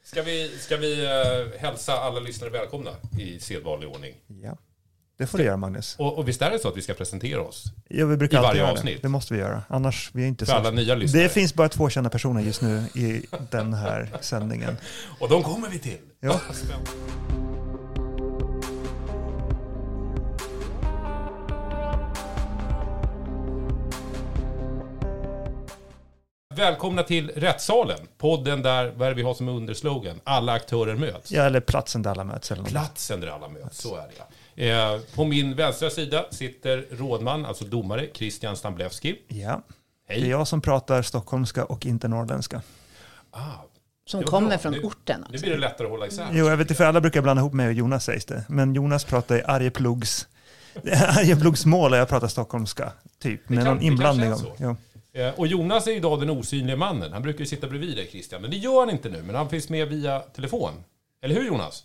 Ska vi hälsa alla lyssnare välkomna i sedvanlig ordning? Ja, det får du göra, Magnus. Och visst är det så att vi ska presentera oss? Ja, vi brukar i varje alltid göra avsnitt. Det måste vi göra. Annars vi är inte för så. Alla nya lyssnare. Det finns bara 2 kända personer just nu i den här sändningen. Och de kommer vi till. Ja. Välkomna till Rättssalen, podden där vi har som underslogan alla aktörer möts. Ja, eller platsen där alla möts. Eller platsen där alla möts, så är det. På min vänstra sida sitter rådman, alltså domare, Christian Stamblewski. Ja, Hej. det är jag som pratar stockholmska och inte norrländska. Som kommer från orten. Nu blir det lättare att hålla isär. Jo, jag vet inte, för alla brukar blanda ihop mig och Jonas sägs det. Men Jonas pratar i Arjeplogsmål och jag pratar stockholmska. Typ, med någon inblandning. Och Jonas är idag den osynliga mannen. Han brukar ju sitta bredvid dig, Christian. Men det gör han inte nu, men han finns med via telefon. Eller hur, Jonas?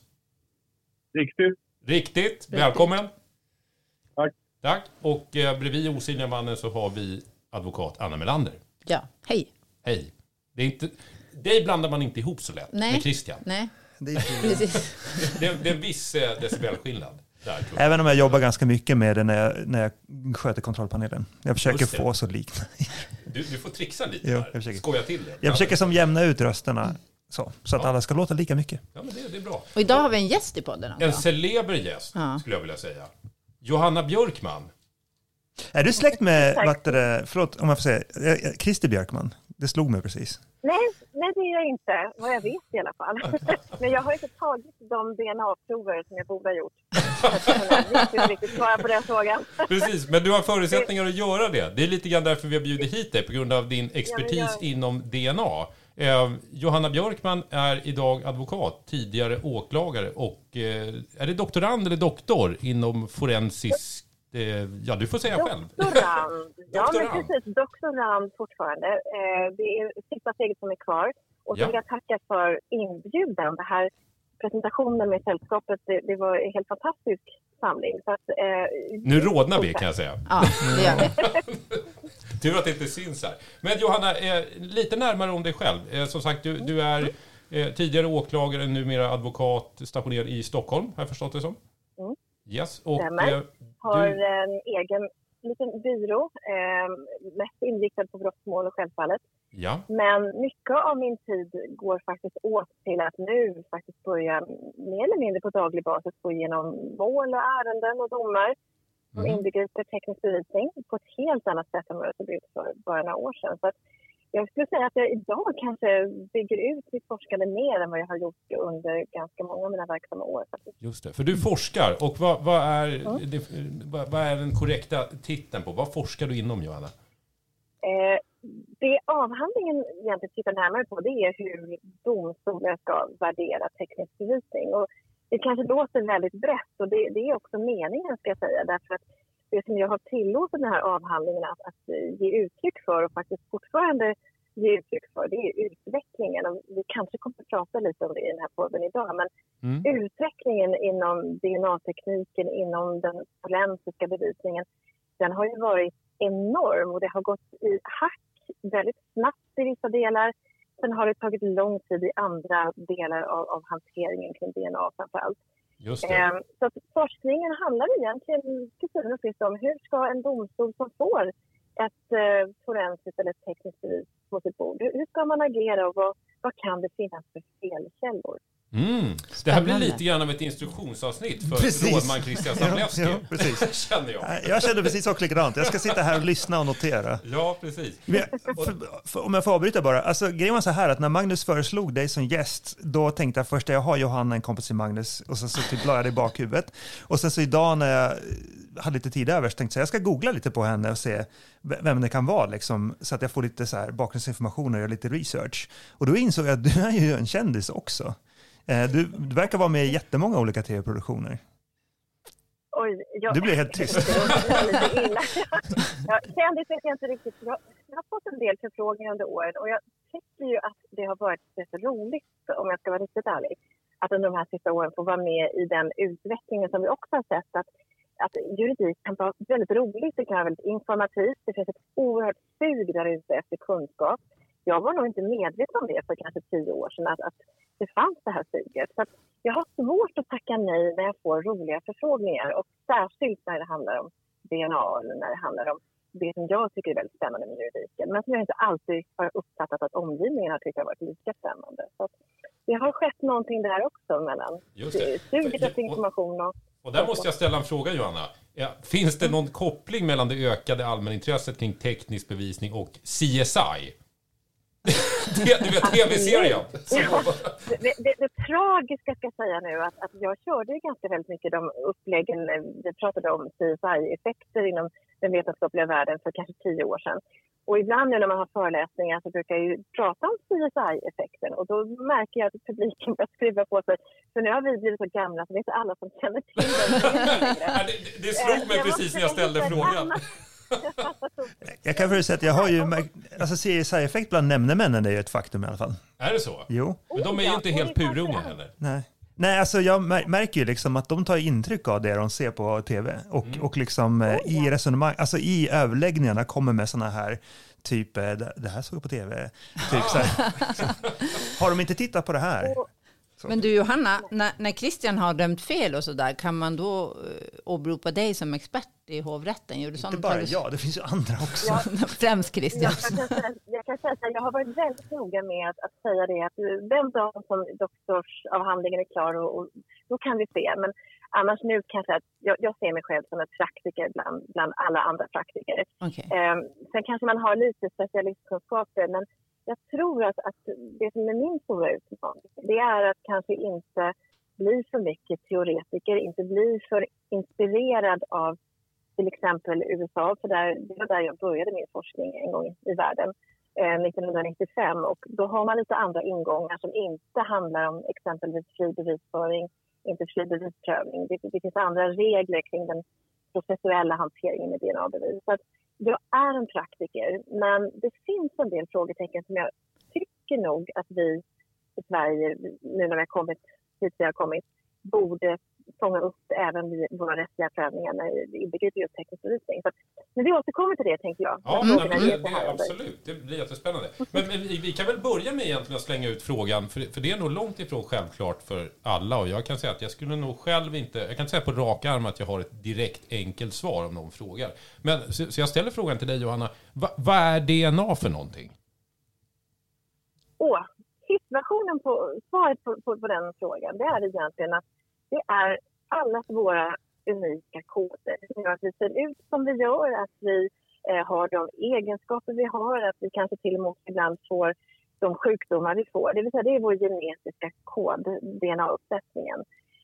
Riktigt. Välkommen. Tack. Och bredvid osynliga mannen så har vi advokat Anna Melander. Ja, hej. Hej. Det blandar man inte ihop så lätt med Christian. Nej. Det är en viss decibelskillnad. Även om jag jobbar ganska mycket med det när jag sköter kontrollpanelen. Jag försöker få så liknande. Du får trixa lite där. Skoja till det. Jag försöker som jämna ut rösterna så att alla ska låta lika mycket. Ja, men det är bra. Och idag har vi en gäst i podden också. En celeber gäst, skulle jag vilja säga. Johanna Björkman. Är du släkt med, förlåt om jag får säga, Christer Björkman? Det slog mig precis. Nej, det är jag inte. Vad jag vet i alla fall. Men jag har inte tagit de DNA-prover som jag borde ha gjort. Jag kan inte riktigt svara på den frågan. Precis, men du har förutsättningar att göra det. Det är lite grann därför vi har bjudit hit dig, på grund av din expertis inom DNA. Johanna Björkman är idag advokat, tidigare åklagare och är det doktorand eller doktor inom forensisk... Ja, du får säga själv. Doktorand. Ja, men precis. Doktorand fortfarande. Det är sista steget som är kvar. Och så vill jag tacka för inbjudan. Det här presentationen med sällskapet, det var en helt fantastisk samling. Så att, nu rådnar vi, kan jag säga. Ja, det gör vi. Tur att det inte syns här. Men Johanna, lite närmare om dig själv. Som sagt, du är tidigare åklagare, numera advokat, stationerad i Stockholm, har jag förstått det som. Mm. Yes. Och har en egen liten byrå, mest inriktad på brottmål och självfallet. Ja. Men mycket av min tid går faktiskt åt till att nu faktiskt börja mer eller mindre på daglig basis gå igenom mål och ärenden och domar som inbegriper teknisk bevisning på ett helt annat sätt än vad det såg ut för bara några år sedan. Så att jag skulle säga att jag idag kanske bygger ut mitt forskande mer än vad jag har gjort under ganska många av mina verksamma år. Just det, för du forskar. Och vad är den korrekta titeln på? Vad forskar du inom, Johanna? Det avhandlingen egentligen tittar närmare på, det är hur domstolen ska värdera teknisk bevisning. Och det kanske låter väldigt brett, och det är också meningen, ska jag säga. Därför att det som jag har tillåtit den här avhandlingen att ge uttryck för och faktiskt fortfarande ge uttryck för, det är utvecklingen. Och vi kanske kommer att prata lite om det i den här podden idag, men utvecklingen inom DNA-tekniken, inom den forensiska bevisningen, den har ju varit enorm och det har gått i hack väldigt snabbt i vissa delar. Sen har det tagit lång tid i andra delar av hanteringen kring DNA framförallt. Just det. Så att forskningen handlar egentligen till syvende och sist om hur ska en domstol som får ett forensiskt eller ett tekniskt bevis på sitt bord, hur ska man agera och vad kan det finnas för felkällor? Det här blir lite grann av ett instruktionsavsnitt för rådman Christian Stamblewski. Ja, precis. Känner jag. Jag kände precis också likadant. Jag ska sitta här och lyssna och notera. Ja, precis. Om jag får avbryta bara. Alltså, grejen var så här att när Magnus föreslog dig som gäst, då tänkte jag först att jag har Johanna, en kompis till Magnus, och sen så typ la jag det i bakhuvudet. Och sen så idag när jag hade lite tid över så tänkte jag ska googla lite på henne och se vem det kan vara liksom, så att jag får lite så här bakgrundsinformation och gör lite research. Och då insåg jag att du är ju en kändis också. Du verkar vara med i jättemånga olika tv-produktioner. Du blir helt tyst. Kändis vet jag inte riktigt. Jag har fått en del förfrågningar under åren och jag tycker ju att det har varit rätt roligt, om jag ska vara riktigt ärlig, att under de här sista åren få vara med i den utvecklingen som vi också har sett, att juridik kan vara väldigt roligt, det kan vara väldigt informativt, det finns ett oerhört sug där ute efter kunskap. jag var nog inte medveten om det för kanske 10 år sedan att det fanns det här suget. Så att jag har svårt att tacka nej när jag får roliga förfrågningar och särskilt när det handlar om DNA eller när det handlar om det som jag tycker är väldigt spännande med juridiken men som jag inte alltid har uppfattat att omgivningen har tyckt har varit lika spännande. Så att det har skett någonting där också mellan suget efter information och där måste jag ställa en fråga, Johanna. Finns det någon koppling mellan det ökade allmänintresset kring teknisk bevisning och CSI? Du vet, tv-serien. Det tragiska ska jag säga nu att jag körde ganska väldigt mycket de uppläggen. Vi pratade om CSI-effekter inom den vetenskapliga världen för kanske 10 år sedan. Och ibland när man har föreläsningar så brukar jag ju prata om CSI-effekten och då märker jag att publiken börjar skriva på sig. För nu har vi blivit så gamla så det är inte alla som känner till det. Det slog mig precis när jag ställde frågan. Jag kan säga att jag har ju alltså CSI-effekt bland nämndemännen är ju ett faktum i alla fall. Är det så? Jo. Men de är ju inte helt purunga heller. Nej, alltså jag märker ju liksom att de tar intryck av det de ser på tv och liksom i resonemang, alltså i överläggningarna kommer med såna här typ det här såg jag på tv. Typ så här. Har de inte tittat på det här? Så. Men du Johanna, när Christian har dömt fel och sådär, kan man då åberopa dig som expert i hovrätten? Gör du sånt? Inte bara jag, det finns ju andra också. Ja, främst Christian. Jag kan säga att jag har varit väldigt noga med att säga det att den dagen som doktorsavhandlingen är klar och då kan vi se. Men annars nu kan jag säga att jag ser mig själv som en praktiker bland alla andra praktiker. Okay. Sen kanske man har lite specialistkunskaper, men jag tror att det som är min stora utmaning, det är att kanske inte bli för mycket teoretiker, inte bli för inspirerad av till exempel USA, för det var där jag började min forskning en gång i världen, 1995. Och då har man lite andra ingångar som inte handlar om exempelvis fri bevisföring, inte fri bevisprövning. Det finns andra regler kring den processuella hanteringen med DNA-bevis. Så att jag är en praktiker, men det finns en del frågetecken som jag tycker nog att vi i Sverige, nu när vi har kommit hit vi har kommit, borde fånga upp även vid våra rättsliga prövningar när det inbegriper just teknisk bevisning. Men vi återkommer till det, tänker jag. Ja, det absolut. Det blir jättespännande. Men vi kan väl börja med egentligen att slänga ut frågan, för det är nog långt ifrån självklart för alla. Och jag kan säga att jag skulle nog själv inte, jag kan inte säga på rak arm att jag har ett direkt enkelt svar om någon frågar. Men så jag ställer frågan till dig, Johanna. Vad är DNA för någonting? Situationen på svaret på den frågan, det är egentligen att det är allas våra unika koder som gör att vi ser ut som vi gör, att vi har de egenskaper vi har, att vi kanske till och med ibland får de sjukdomar vi får. Det vill säga det är vår genetiska kod, DNA-uppsättningen.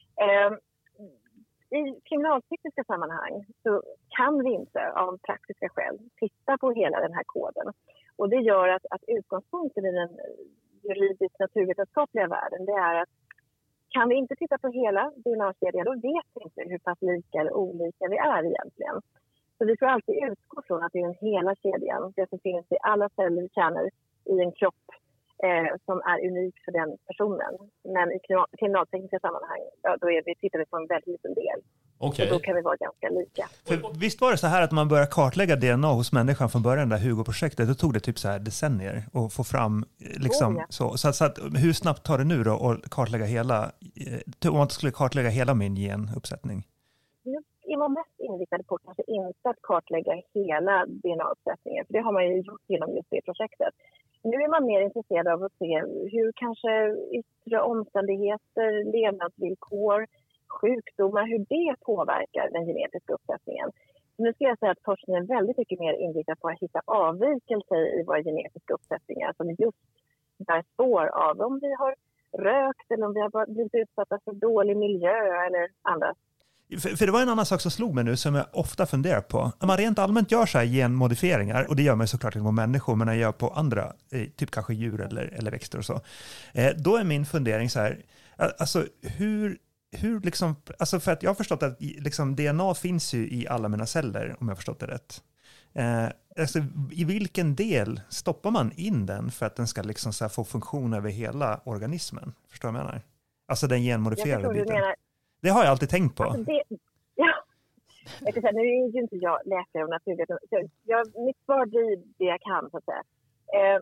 I kriminaltekniska sammanhang så kan vi inte av praktiska skäl titta på hela den här koden. Och det gör att utgångspunkten i den juridiskt naturvetenskapliga världen, det är att kan vi inte titta på hela DNA-kedjan, då vet vi inte hur pass lika eller olika vi är egentligen. Så vi får alltid utgå från att det är en hela kedjan, det som finns i alla celler och kärnor i en kropp som är unik för den personen. Men i kriminaltekniska sammanhang, då tittar vi på en väldigt liten del. Okay. Och då kan vi vara ganska lika. För visst var det så här att man började kartlägga DNA hos människan från början, där Hugo-projektet, då tog det typ så här decennier att få fram liksom så att hur snabbt tar det nu då att kartlägga hela, om man skulle kartlägga hela min genuppsättning? Jag var mest inriktad på kanske inte att kartlägga hela DNA-uppsättningen, för det har man ju gjort genom just det projektet. Nu är man mer intresserad av att se hur kanske yttre omständigheter, levnadsvillkor, sjukdomar, hur det påverkar den genetiska uppsättningen. Så nu skulle jag säga att forskningen är väldigt mycket mer inriktad på att hitta avvikelser i våra genetiska uppsättningar som just där står av om vi har rökt eller om vi har blivit utsatta för dålig miljö eller andra. För det var en annan sak som slog mig nu som jag ofta funderar på. Om man rent allmänt gör så här genmodifieringar, och det gör man såklart inte på människor, men jag gör på andra, typ kanske djur eller växter och så. Då är min fundering så här, alltså hur liksom, alltså för att jag har förstått att liksom DNA finns ju i alla mina celler, om jag har förstått det rätt. Alltså, i vilken del stoppar man in den för att den ska liksom så här få funktion över hela organismen? Förstår du vad jag menar? Alltså den genmodifierade biten. Det har jag alltid tänkt på. Alltså jag kan säga, nu är ju inte jag läkare och naturvetenskap. Mitt svar blir det jag kan, så att säga.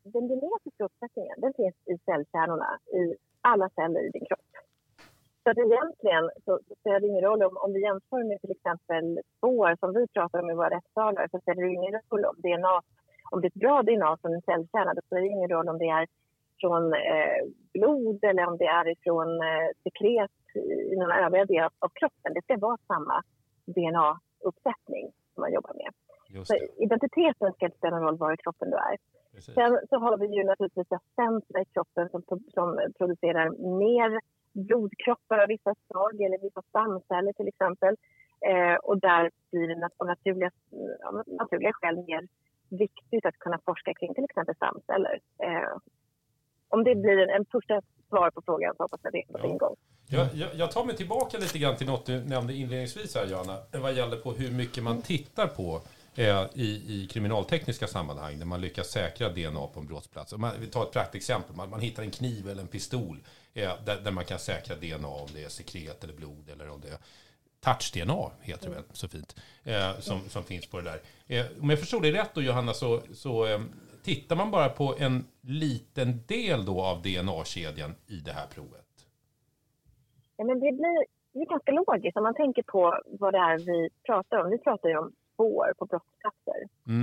den genetiska uppsättningen, den finns i cellkärnorna i alla celler i din kropp. Så att egentligen så spelar det ingen roll om vi jämför med till exempel spår som vi pratar om i våra rättssalar, så spelar det ingen roll om DNA, om det är ett bra DNA från en cellkärna, då spelar det ingen roll om det är från blod eller om det är från sekret i någon övriga del av kroppen. Det ska vara samma DNA-uppsättning som man jobbar med. Så identiteten ska inte spela någon roll var i kroppen du är. Precis. Sen så har vi ju naturligtvis centra i kroppen som producerar mer blodkroppar av vissa slag eller vissa stamceller till exempel. Och där blir det av naturliga skäl mer viktigt att kunna forska kring till exempel stamceller. Om det blir en första svar på frågan så hoppas jag det på en gång. Jag tar mig tillbaka lite grann till något du nämnde inledningsvis här, Johanna, vad gäller på hur mycket man tittar på i kriminaltekniska sammanhang när man lyckas säkra DNA på en brottsplats. Vi tar ett praktexempel. Man hittar en kniv eller en pistol där man kan säkra DNA om det är sekret eller blod eller om det är touch-DNA, heter det väl så fint, som finns på det där. Om jag förstår det rätt då, Johanna, så tittar man bara på en liten del då av DNA-kedjan i det här provet? Ja, men det blir ganska logiskt om man tänker på vad det är vi pratar om. Vi pratar ju om spår på brottsplatser.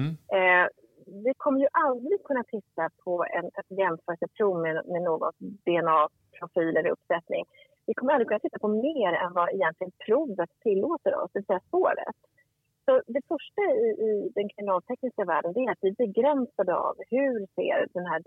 Vi kommer ju aldrig kunna titta på ett jämförelseprov med någon DNA-profil eller uppsättning. Vi kommer aldrig kunna titta på mer än vad egentligen provet tillåter oss, det vill säga spåret. Så det första i den kriminaltekniska världen är att vi begränsar av hur ser den här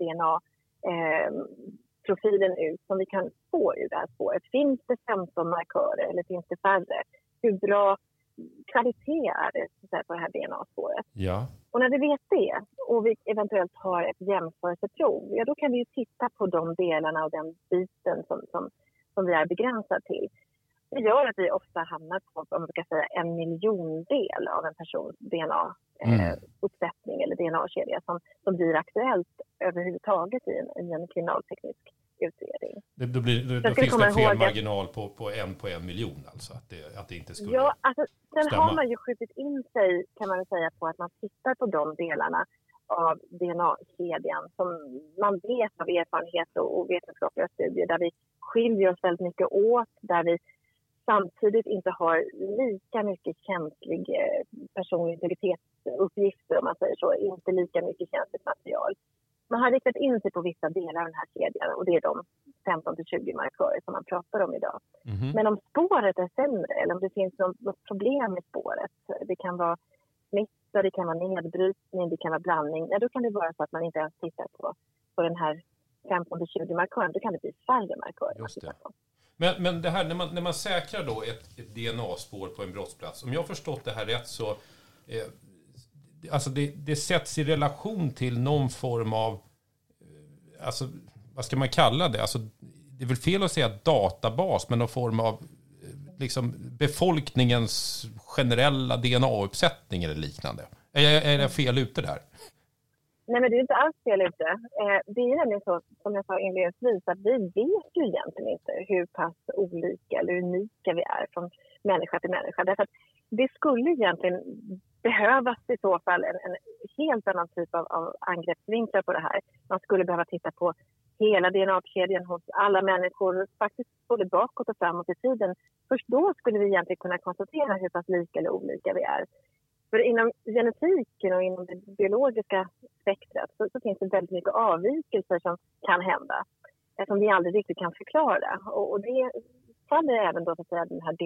DNA-profilen ut som vi kan få ur det här spåret. Finns det 15 markörer eller finns det färre? Hur bra kvalitet är det på det här DNA-spåret? Ja. Och när vi vet det och vi eventuellt har ett jämförelseprov, ja, då kan vi ju titta på de delarna och den biten som vi är begränsad till. Det gör att vi ofta hamnar på, om man ska säga, 1 miljondel av en persons DNA-uppsättning eller DNA-kedja som blir aktuellt överhuvudtaget i en kriminalteknisk utredning. Då finns det en felmarginal på 1 miljon, alltså att det inte skulle Ja, alltså, sen stämma. har man ju skjutit in sig, kan man säga, på att man tittar på de delarna av DNA-kedjan som man vet av erfarenhet och vetenskapliga studier, där vi skiljer oss väldigt mycket åt, där vi samtidigt inte har lika mycket känslig personlig integritetsuppgifter, om man säger så, inte lika mycket känsligt material. Man har riktat in sig på vissa delar av den här kedjan och det är de 15-20 markörer som man pratar om idag. Mm-hmm. Men om spåret är sämre eller om det finns något problem med spåret, det kan vara smitta, det kan vara nedbrytning, det kan vara blandning, då kan det vara så att man inte ens tittar på den här 15-20 markören, då kan det bli färre markörer. Just det. Men det här, när man säkrar då ett DNA-spår på en brottsplats, om jag har förstått det här rätt så alltså det sätts i relation till någon form av, alltså vad ska man kalla det? Alltså, det är väl fel att säga databas, men någon form av liksom befolkningens generella DNA-uppsättning eller liknande. Är det fel ute där? Nej, men det är inte alls fel ute. Det är nämligen så, som jag sa inledningsvis, att vi vet ju egentligen inte hur pass olika eller unika vi är från människa till människa. Därför att det skulle egentligen behövas i så fall en helt annan typ av angreppsvinklar på det här. Man skulle behöva titta på hela DNA-kedjan hos alla människor, faktiskt både bakåt och framåt i tiden. Först då skulle vi egentligen kunna konstatera hur pass lika eller olika vi är. För inom genetiken och inom det biologiska spektrat så finns det väldigt mycket avvikelser som kan hända, som vi aldrig riktigt kan förklara. Och det faller även då, så att säga, den här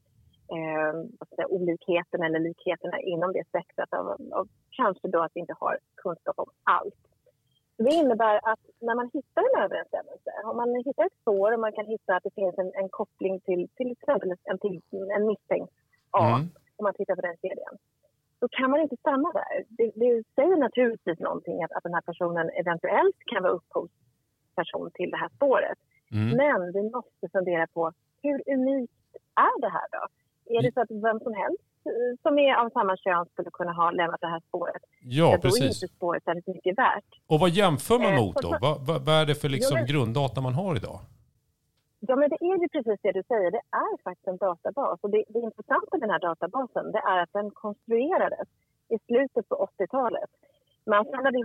DNA-olikheten eller likheterna inom det spektrat av kanske då att vi inte har kunskap om allt. Det innebär att när man hittar en överensstämmelse, om man hittar ett spår och man kan hitta att det finns en koppling till exempel en misstänkt A, om man tittar på den kedjan, då kan man inte stanna där. Det säger naturligtvis någonting att den här personen eventuellt kan vara upphovsperson till det här spåret. Men vi måste fundera på hur unikt är det här då? Är det så att vem som helst som är av samma kön skulle kunna ha lämnat det här spåret? Ja, precis. Då är inte spåret väldigt mycket värt. Och vad jämför man mot då? Vad är det för liksom grunddata man har idag? Ja, men det är ju precis det du säger. Det är faktiskt en databas. Och det intressanta med den här databasen, det är att den konstruerades i slutet på 80-talet. Man samlade ihop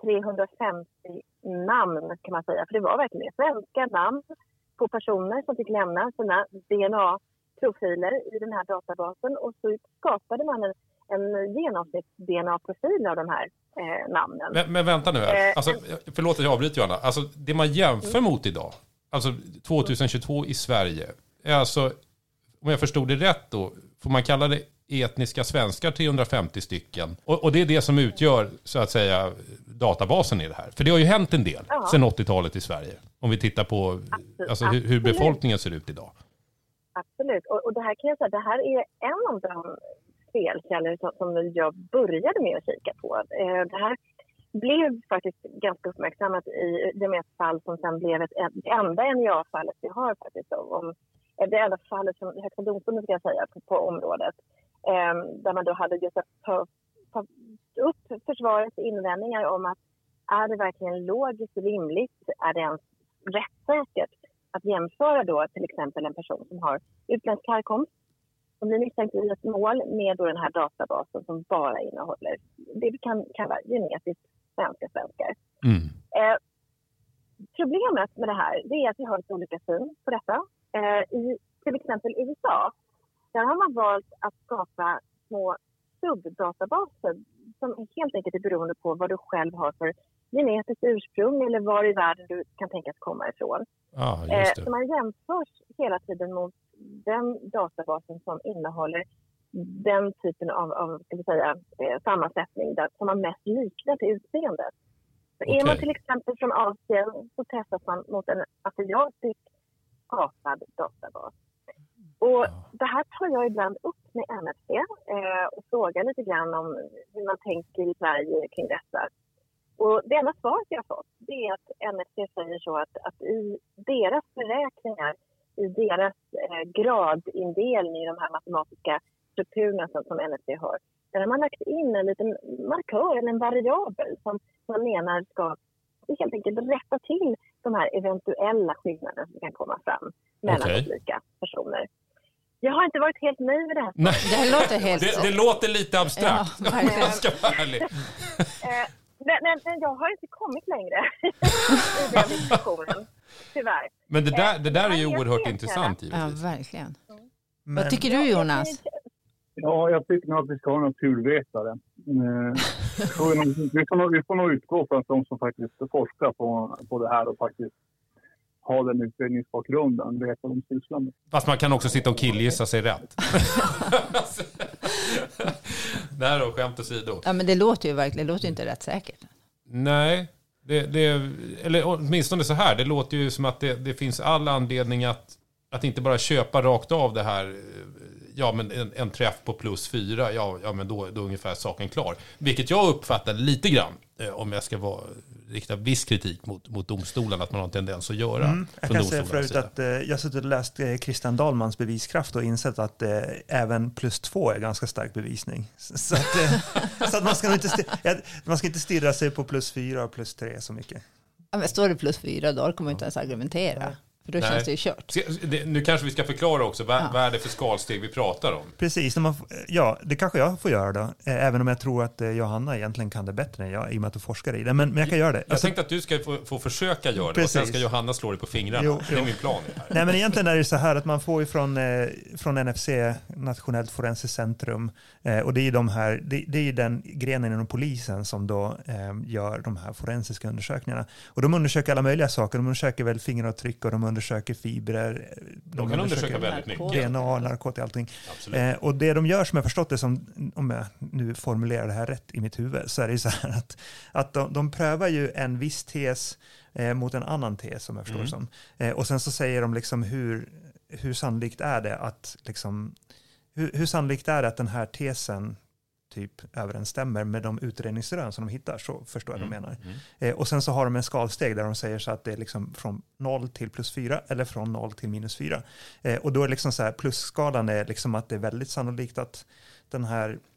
350 namn kan man säga. För det var verkligen svenska namn på personer som fick lämna sina DNA-profiler i den här databasen. Och så skapade man en genomsnitts-DNA-profil av de här namnen. Men vänta nu här. Alltså, förlåt att jag avbryter, Johanna. Alltså, det man jämför mot idag, alltså 2022 i Sverige, är alltså, om jag förstod det rätt då, får man kalla det etniska svenskar 350 stycken. Och det är det som utgör, så att säga, databasen i det här. För det har ju hänt en del sedan 80-talet i Sverige. Om vi tittar på alltså, hur befolkningen ser ut idag. Absolut. Och det här kan jag säga, det här är en av de felkällor som jag började med att kika på. Det här blev faktiskt ganska uppmärksammat i ett fall som sen blev det enda NJA-fallet vi har faktiskt om det enda fallet som Högsta domstolen ska jag säga på området. Där man då hade just att ta upp försvarets invändningar om att är det verkligen logiskt och rimligt, är det ens rättssäkert att jämföra då till exempel en person som har utländsk härkomst som blir misstänkt i ett mål med då den här databasen som bara innehåller det vi kan kalla genetiskt svenskar. Problemet med det här det är att vi har ett olika syn på detta. I till exempel USA, där har man valt att skapa små subdatabaser som helt enkelt är beroende på vad du själv har för genetiskt ursprung eller var i världen du kan tänkas komma ifrån. Så man jämförs hela tiden mot den databasen som innehåller den typen av ska vi säga, sammansättning som man mest liknar till utseendet. Så är man till exempel från Asien så testas man mot en asiatisk skapad databas. Och det här tar jag ibland upp med NFC och frågar lite grann om hur man tänker i Sverige kring detta. Och det enda svaret jag har fått det är att NFC säger så att i deras beräkningar, i deras gradindelning i de här matematiska strukturerna som NFC har, där har man lagt in en liten markör eller en variabel som man menar ska helt enkelt rätta till de här eventuella skillnaderna som kan komma fram mellan olika personer. Jag har inte varit helt nöjd med det här. Nej. Det låter helt... Det låter lite abstrakt. Ja, jag ska vara ärlig. Men jag har inte kommit längre i den diskussionen, tyvärr. Men det där är ju oerhört intressant. Ja, verkligen. Vad tycker du, Jonas? Ja, jag tycker nog att vi ska ha naturvetare. Vi får nog utgå från att de som faktiskt forskar på det här och faktiskt har den utbildningsbakgrunden, vet vad de sysslar med. Fast man kan också sitta och killgissa sig rätt. Där då, skämt åsido. Ja, men det låter ju verkligen, det låter ju inte rätt säkert. Nej, eller åtminstone så här, det låter ju som att det finns all anledning att inte bara köpa rakt av det här. Ja, men en träff på +4, ja men då är ungefär saken klar. Vilket jag uppfattar lite grann, om jag ska rikta viss kritik mot domstolen, att man har en tendens att göra. Jag kan säga förut att jag har suttit och läst Christian Dahlmans beviskraft och insett att även +2 är ganska stark bevisning. Så att man ska inte stirra sig på +4 och +3 så mycket. Ja, men står det +4 då kommer man inte ens argumentera. För då känns det ju kört. Nu kanske vi ska förklara också vad är det för skalsteg vi pratar om. Precis, det kanske jag får göra då. Även om jag tror att Johanna egentligen kan det bättre än jag i och med att du forskar i det. Men jag kan göra det. Jag tänkte att du ska få försöka göra det och sen ska Johanna slå dig på fingrarna. Det är min plan. Nej, men egentligen är det så här att man får ju från NFC, Nationellt Forensiskt Centrum, och det är ju den grenen inom polisen som då gör de här forensiska undersökningarna. Och de undersöker alla möjliga saker. De undersöker väl fingeravtryck och de undersöker fibrer. De kan undersöka väldigt mycket. DNA, narkotika, allting. Och det de gör, som jag förstått det, som, om jag nu formulerar det här rätt i mitt huvud, så är det så här att de prövar ju en viss tes mot en annan tes, som jag förstår som. Och sen så säger de liksom hur sannolikt är det att liksom, hur sannolikt är det att den här tesen typ överensstämmer med de utredningsrön som de hittar, så förstår jag vad de menar. Och sen så har de en skalsteg där de säger så att det är liksom från 0 till +4 eller från 0 till -4. Och då är liksom så här, plusskalan är liksom att det är väldigt sannolikt att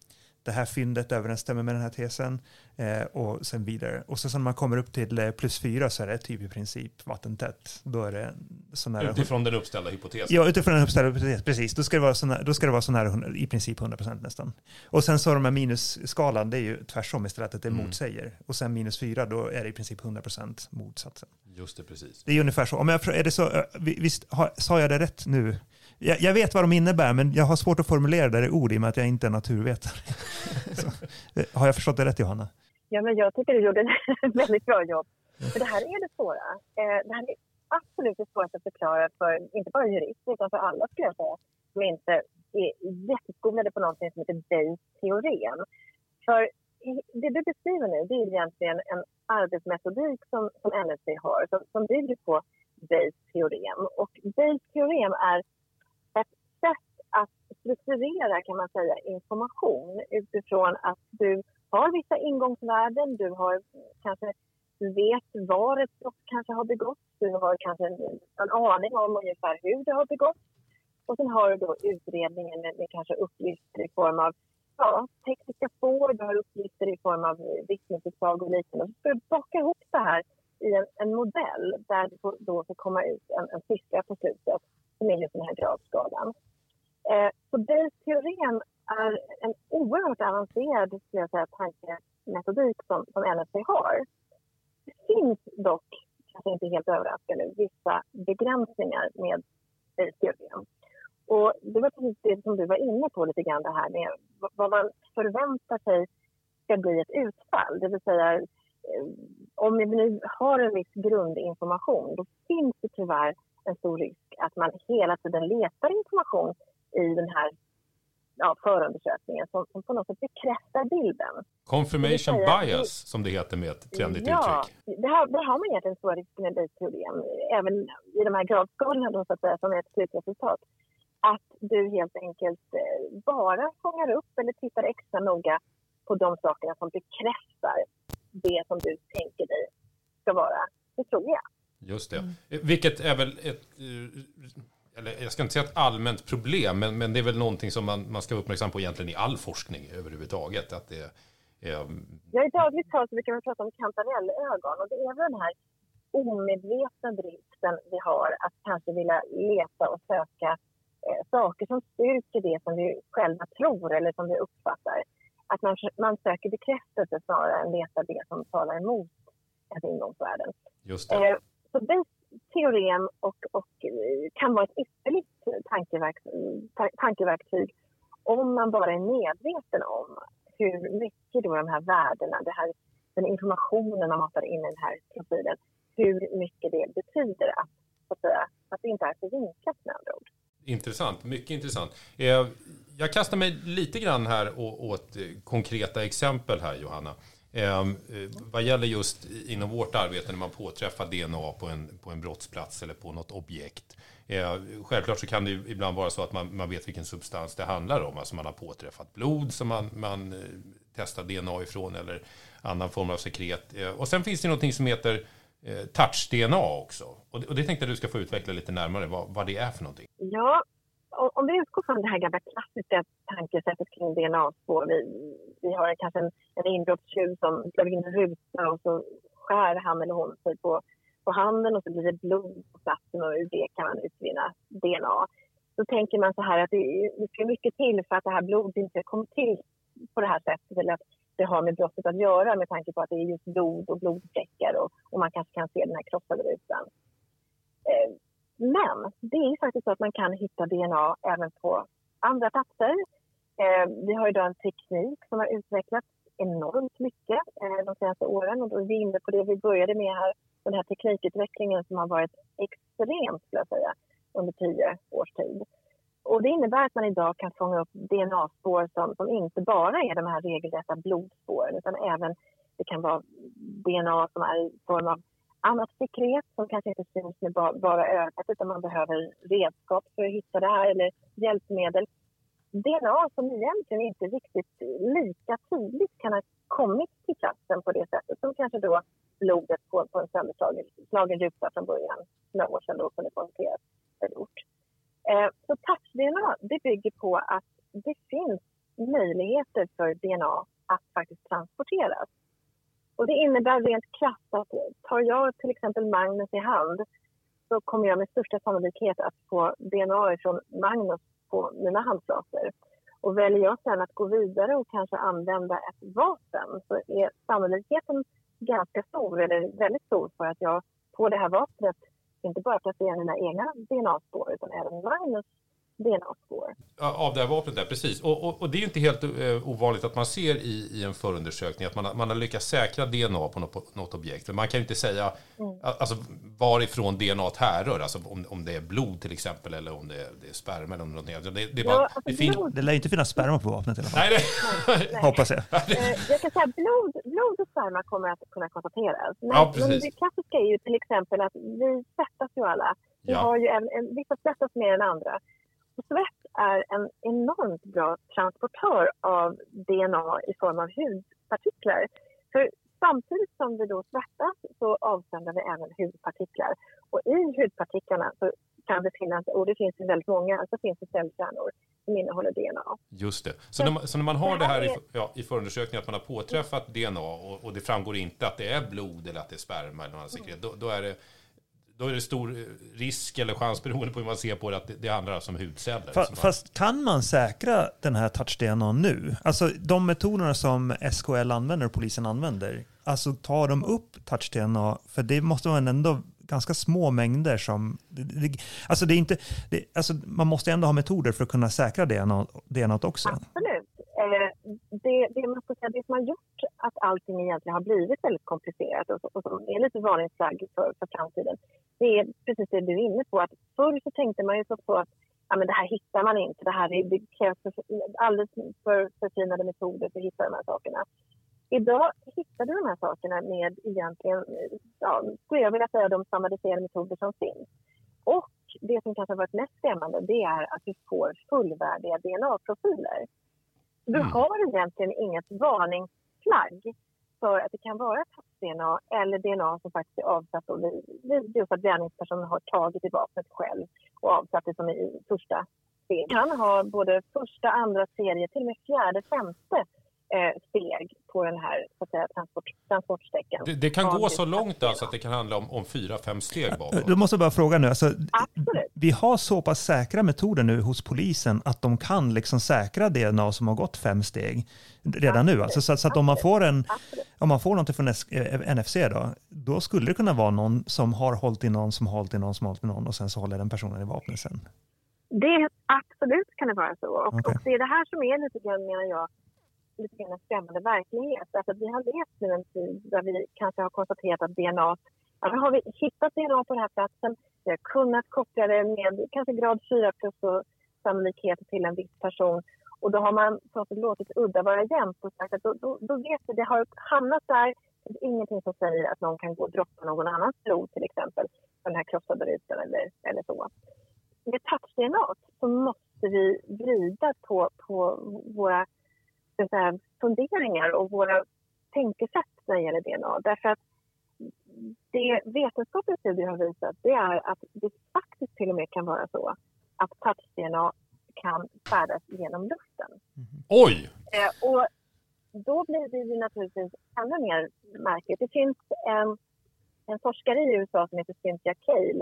det här fyndet överensstämmer med den här tesen och sen vidare. Och så när man kommer upp till +4 så är det typ i princip vattentätt. Då är det så nära utifrån den uppställda hypotesen. Ja, utifrån den uppställda hypotesen, precis. Då ska det vara så nära i princip 100% nästan. Och sen så de här minusskalan, det är ju tvärsom istället att det motsäger. Och sen -4, då är det i princip 100% motsatsen. Just det, precis. Det är ungefär så. Om är det så, visst sa jag det rätt nu? Jag vet vad de innebär, men jag har svårt att formulera det i ord i och med att jag inte är naturvetare. Så, har jag förstått det rätt, Johanna? Ja, men jag tycker du gjorde ett väldigt bra jobb. För det här är det svåra. Det här är absolut det svåraste att förklara för inte bara jurister utan för alla, skulle jag säga, som inte är jätteskolade på någonting som heter Bayes-teorem. För det du beskriver nu, det är egentligen en arbetsmetodik som NSC har som bygger på Bayes-teorem. Och Bayes-teorem är ett sätt att strukturera, kan man säga, information utifrån att du har vissa ingångsvärden, du har kanske vet var ett brott kanske har begåtts, du har kanske en aning om ungefär hur det har begåtts. Och sen har du då utredningen med kanske uppgifter i form av tekniska spår, du har uppgifter i form av vittnesutslag och liknande. Och så ska du baka ihop det här i en modell där det då ska komma ut en siffra på slutet som är just den här gradskalan. Så Bayes-teorem är en oerhört avancerad, skulle jag säga, tankemetodik som NSC har. Det finns dock, kanske inte helt överraskande, vissa begränsningar med Bayes-teorem. Och det var precis det som du var inne på lite grann, det här med vad man förväntar sig ska bli ett utfall. Det vill säga, om vi nu har en viss grundinformation, då finns det tyvärr en stor risk att man hela tiden letar information i den här förundersökningen som på något sätt bekräftar bilden. Confirmation bias, som det heter med ett trendigt uttryck. Ja, det har man egentligen stora risker med Bayes-teorem, även i de här gradskalorna då, så att säga, som är ett slutresultat. Att du helt enkelt bara fångar upp eller tittar extra noga på de sakerna som bekräftar det som du tänker dig ska vara det troliga. Just det. Vilket är väl eller jag ska inte säga ett allmänt problem, men det är väl någonting som man ska uppmärksamma på egentligen i all forskning överhuvudtaget. Att det I dagligt tal så brukar man prata om kantarellögon, och det är väl den här omedvetna driften vi har att kanske vilja leta och söka saker som styrker det som vi själva tror eller som vi uppfattar. Att man söker bekräftelse snarare än leta det som talar emot ett ingångsvärden. Just det. Så Bayes-teorem och kan vara ett ytterligt tankeverktyg om man bara är medveten om hur mycket då de här värdena, den informationen man matar in i den här profilen, hur mycket det betyder att det inte är så vinklat med andra ord. Intressant, mycket intressant. Jag kastar mig lite grann här åt konkreta exempel här, Johanna. Vad gäller just inom vårt arbete när man påträffar DNA på en brottsplats eller på något objekt. Självklart så kan det ju ibland vara så att man vet vilken substans det handlar om. Alltså man har påträffat blod som man testar DNA ifrån eller annan form av sekret. Och sen finns det någonting som heter touch-DNA också. Och det tänkte jag du ska få utveckla lite närmare vad det är för någonting. Ja, om vi utgår från det här gamla klassiska tankesättet kring DNA-spår. Vi har kanske en inbrottstjuv som slår in en ruta och så skär han eller hon sig på handen och så blir det blod på platsen och ur det kan man utvinna DNA. Så tänker man så här att det ska mycket till för att det här blodet inte kommer till på det här sättet eller att det har med brottet att göra med tanke på att det är just blod och blodfläckar och man kanske kan se den här krossade rutan. Men det är faktiskt så att man kan hitta DNA även på andra platser. Vi har idag en teknik som har utvecklats enormt mycket de senaste åren. Och då är vi inne på det vi började med här, den här teknikutvecklingen som har varit extremt, skulle jag säga, under 10 års tid. Och det innebär att man idag kan fånga upp DNA-spår som inte bara är de här regelrätta blodspåren utan även det kan vara DNA som är i form av annat sekret som kanske inte syns med bara ögat utan man behöver redskap för att hitta det här eller hjälpmedel. DNA som egentligen inte riktigt lika tydligt kan ha kommit till platsen på det sättet som kanske då blodet på en sönderslagen ruta från början, några år sedan då kunde konstateras eller gjort. Så touch-DNA det bygger på att det finns möjligheter för DNA att faktiskt transporteras. Och det innebär rent krasst att tar jag till exempel Magnus i hand så kommer jag med största sannolikhet att få DNA från Magnus på mina handflator. Och väljer jag sedan att gå vidare och kanske använda ett vapen så är sannolikheten ganska stor, eller väldigt stor, för att jag på det här vapnet inte bara placerar mina egna DNA-spår utan även Magnus DNA-spår. Av det här vapnet där, precis. Och det är ju inte helt ovanligt att man ser i en förundersökning att man har lyckats säkra DNA på något objekt. Men man kan ju inte säga alltså, varifrån DNA härrör, alltså om det är blod till exempel eller om det är sperma eller något annat. Det lär inte finnas sperma på vapnet i alla fall. Nej. Hoppas jag. Jag kan säga blod och sperma kommer att kunna konstateras. Men det klassiska är ju till exempel att vi svettas ju alla. Vi har ju vissa svettas mer än andra. Svett är en enormt bra transportör av DNA i form av hudpartiklar. För samtidigt som vi då svettas så avsänder vi även hudpartiklar. Och i hudpartiklarna så kan det finnas, och det finns ju väldigt många, så finns det cellkärnor som innehåller DNA. Just det. Så när man har det här i förundersökningen att man har påträffat DNA och det framgår inte att det är blod eller att det är sperma eller något sekret, då är det stor risk eller chans beroende på hur man ser på det att det handlar alltså om hudceller. Fast kan man säkra den här touch-DNA nu? Alltså de metoderna som SKL använder och polisen använder, alltså tar de upp touch-DNA? För det måste vara ändå ganska små mängder som... Alltså det är inte... Alltså man måste ändå ha metoder för att kunna säkra DNA också. Absolut. Det som har gjort att allting egentligen har blivit väldigt komplicerat och som är lite varningsflagg för framtiden, det är precis det du är inne på. Att förr så tänkte man ju så att men det här hittar man inte. Det krävs alldeles för förfinade metoder för att hitta de här sakerna. Idag hittar du de här sakerna med egentligen, skulle jag vilja säga, de standardiserade metoder som finns. Och det som kanske har varit mest skrämmande, det är att du får fullvärdiga DNA-profiler. Du har egentligen inget varningsflagg för att det kan vara touch-DNA eller DNA som faktiskt är avsatt vid just att gärningspersonen har tagit i vapnet själv och avsatt det som i första steg. Han har både första, andra serie, till och med fjärde, femte steg på den här så att säga, transportsträckan. Det kan gå så långt alltså att det kan handla om 4-5 steg bakom. Du måste bara fråga nu. Alltså, vi har så pass säkra metoder nu hos polisen att de kan liksom säkra DNA som har gått 5 steg redan nu. Alltså, så att om man får något från NFC då skulle det kunna vara någon som har hållit i någon som hållit i någon som hållit i någon och sen så håller den personen i vapnet sen. Det absolut kan det vara så. Och det är det här som är lite grann, menar jag, lite grann en skrämmande verklighet. Alltså att vi har levt nu en tid där vi kanske har konstaterat att DNA, har vi hittat DNA på den här platsen, vi har kunnat koppla det med kanske grad 4 plus och sannolikhet till en viss person. Och då har man låtit udda vara jämnt och sagt att då vet vi, det har hamnat där. Det är ingenting som säger att någon kan gå och droppa någon annans blod till exempel på den här krossade rutan eller så. Med touch-DNA så måste vi vrida på våra funderingar och våra tänkesätt när det gäller DNA. Därför att det vetenskapliga studier har visat, det är att det faktiskt till och med kan vara så att touch-DNA kan färdas genom luften. Oj! Och då blir det ju naturligtvis ännu mer märkligt. Det finns en forskare i USA som heter Cynthia Cale,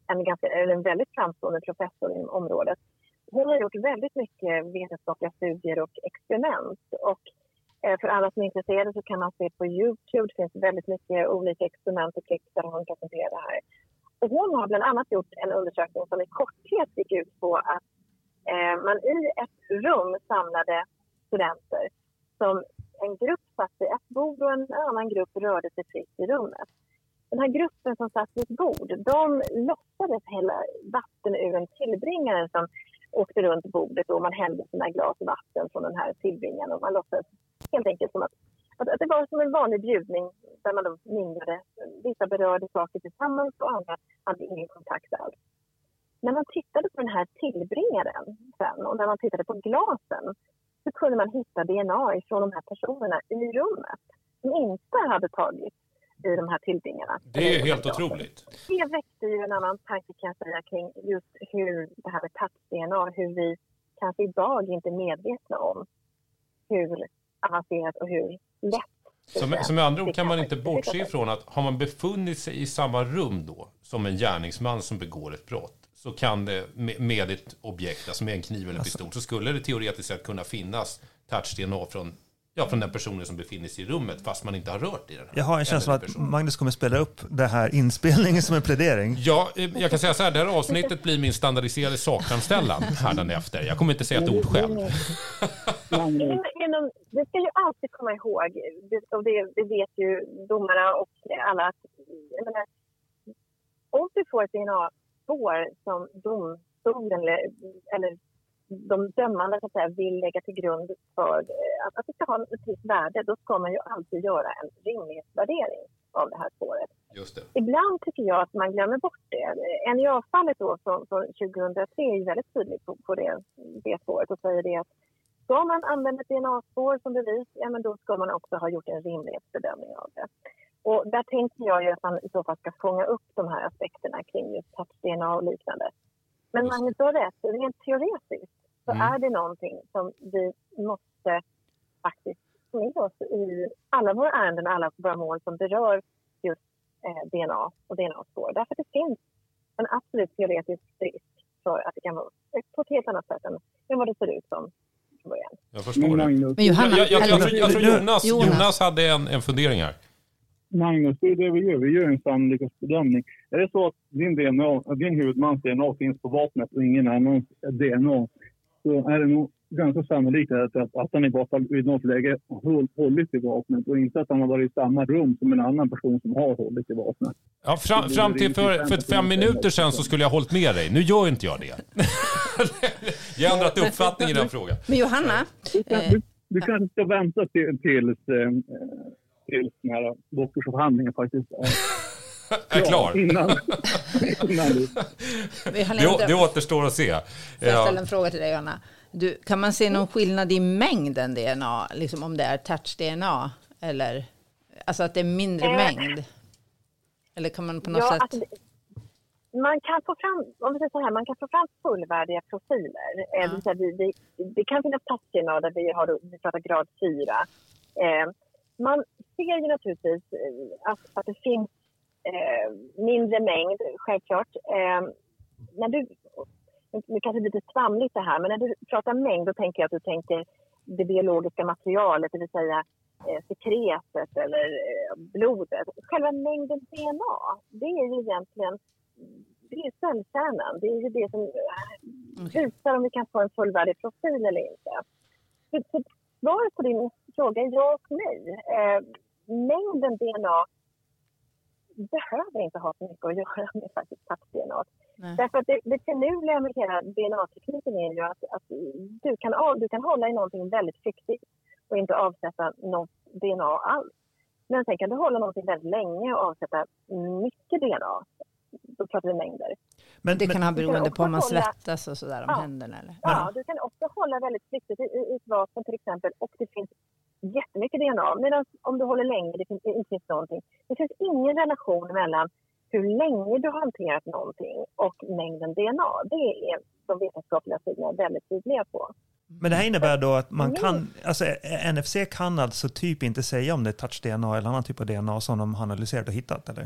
en väldigt framstående professor inom området. Hon har gjort väldigt mycket vetenskapliga studier och experiment. Och för alla som är intresserade så kan man se på YouTube. Det finns väldigt mycket olika experiment och klipp där hon presenterar det här. Och hon har bland annat gjort en undersökning som i korthet gick ut på att man i ett rum samlade studenter som en grupp satt vid ett bord och en annan grupp rörde sig fritt i rummet. Den här gruppen som satt vid ett bord, de lossades hela vatten ur en tillbringare som åkte runt bordet och man hällde sina glas vatten från den här tillbringaren och man låtsades helt enkelt som att det var som en vanlig bjudning där man då minglade. Vissa berörde saker tillsammans och andra hade ingen kontakt alls. När man tittade på den här tillbringaren sen och när man tittade på glasen så kunde man hitta DNA från de här personerna i rummet som inte hade tagit i de här tillbringarna. Det är helt otroligt. Det väckte ju en annan tanke kan jag säga kring just hur det här med touch-DNA, hur vi kanske idag inte är medvetna om hur avancerat och hur lätt. Som med andra ord kan man inte bortse ifrån att har man befunnit sig i samma rum då som en gärningsman som begår ett brott, så kan det med ett objekt, alltså med en kniv eller pistol, så skulle det teoretiskt sett kunna finnas touch-DNA från den personen som befinner sig i rummet, fast man inte har rört i den här. Jag har en känsla att Magnus kommer spela upp det här inspelningen som en plädering. Ja, jag kan säga så här, det här avsnittet blir min standardiserade sakframställan efter. Jag kommer inte säga ett ord själv. Det ska ju alltid komma ihåg, och det vet ju domarna och alla, att om du får ett DNA-spår som domstolen eller de dömande så att säga, vill lägga till grund för att det ska ha ett visst värde, då ska man ju alltid göra en rimlighetsvärdering av det här spåret. Just det. Ibland tycker jag att man glömmer bort det. NJA-fallet då från 2003 är väldigt tydligt på det spåret och säger det att ska man använda ett DNA-spår som bevis, men då ska man också ha gjort en rimlighetsbedömning av det. Och där tänker jag ju att man i så fall ska fånga upp de här aspekterna kring just touch-DNA och liknande. Men Magnus har rätt, rent teoretiskt så är det någonting som vi måste faktiskt få med oss i alla våra ärenden och alla våra mål som berör just DNA och DNA-spår. Därför att det finns en absolut teoretisk risk för att det kan vara på ett helt annat sätt än vad det ser ut som från början. Jag förstår det. Men Johanna, jag tror Jonas hade en fundering här. Magnus, det är det vi gör. Vi gör en sannolikhetsbedömning. Är det så att din huvudmans DNA finns på vapnet och ingen annans DNA, så är det nog ganska sannolikt att han i något läge har hållit i vapnet och inte att han har varit i samma rum som en annan person som har hållit i vapnet. Ja, fram till för 5 minuter sedan så skulle jag ha hållit med dig. Nu gör inte jag det. Jag har ändrat uppfattning i den frågan. Men Johanna... Du kanske ska vänta tills den här doktorsavhandlingen faktiskt är klar. Innan det återstår att se. Får jag ställa en fråga till dig, Johanna? Kan man se någon skillnad i mängden DNA? Liksom om det är touch-DNA? Eller, alltså att det är mindre mängd? Eller kan man på något sätt... Alltså, man kan få fram, om vi säger så här, man kan få fram fullvärdiga profiler. Det kan finnas touch-DNA där vi pratar grad 4. Man ser ju naturligtvis att det finns mindre mängd, självklart. Nu kanske det är lite svamligt det här, men när du pratar mängd, då tänker jag att du tänker det biologiska materialet, det vill säga sekretet eller blodet. Själva mängden DNA, det är ju egentligen cellkärnan. Det är ju det som visar om vi kan få en fullvärdig profil eller inte. Så svaret på din fråga är ja och nej. Mängden DNA behöver inte ha så mycket att göra med faktiskt touch-DNA. Därför att det finurliga med hela DNA-tekniken är ju att du kan hålla i någonting väldigt flyktigt och inte avsätta något DNA alls. Men sen kan du hålla någonting väldigt länge och avsätta mycket DNA. Då pratar vi mängder. Men det kan ha beroende på om man svettas och sådär om händerna eller? Ja, du kan också hålla väldigt flyktigt i ett vapen till exempel, och det finns jättemycket DNA. Medan om du håller länge, det inte finns någonting. Det finns ingen relation mellan hur länge du har hanterat någonting och mängden DNA. Det är de vetenskapliga sidorna väldigt tydliga på. Men det här innebär då att man kan, alltså NFC kan alltså typ inte säga om det är touch-DNA eller annan typ av DNA som de har analyserat och hittat, eller?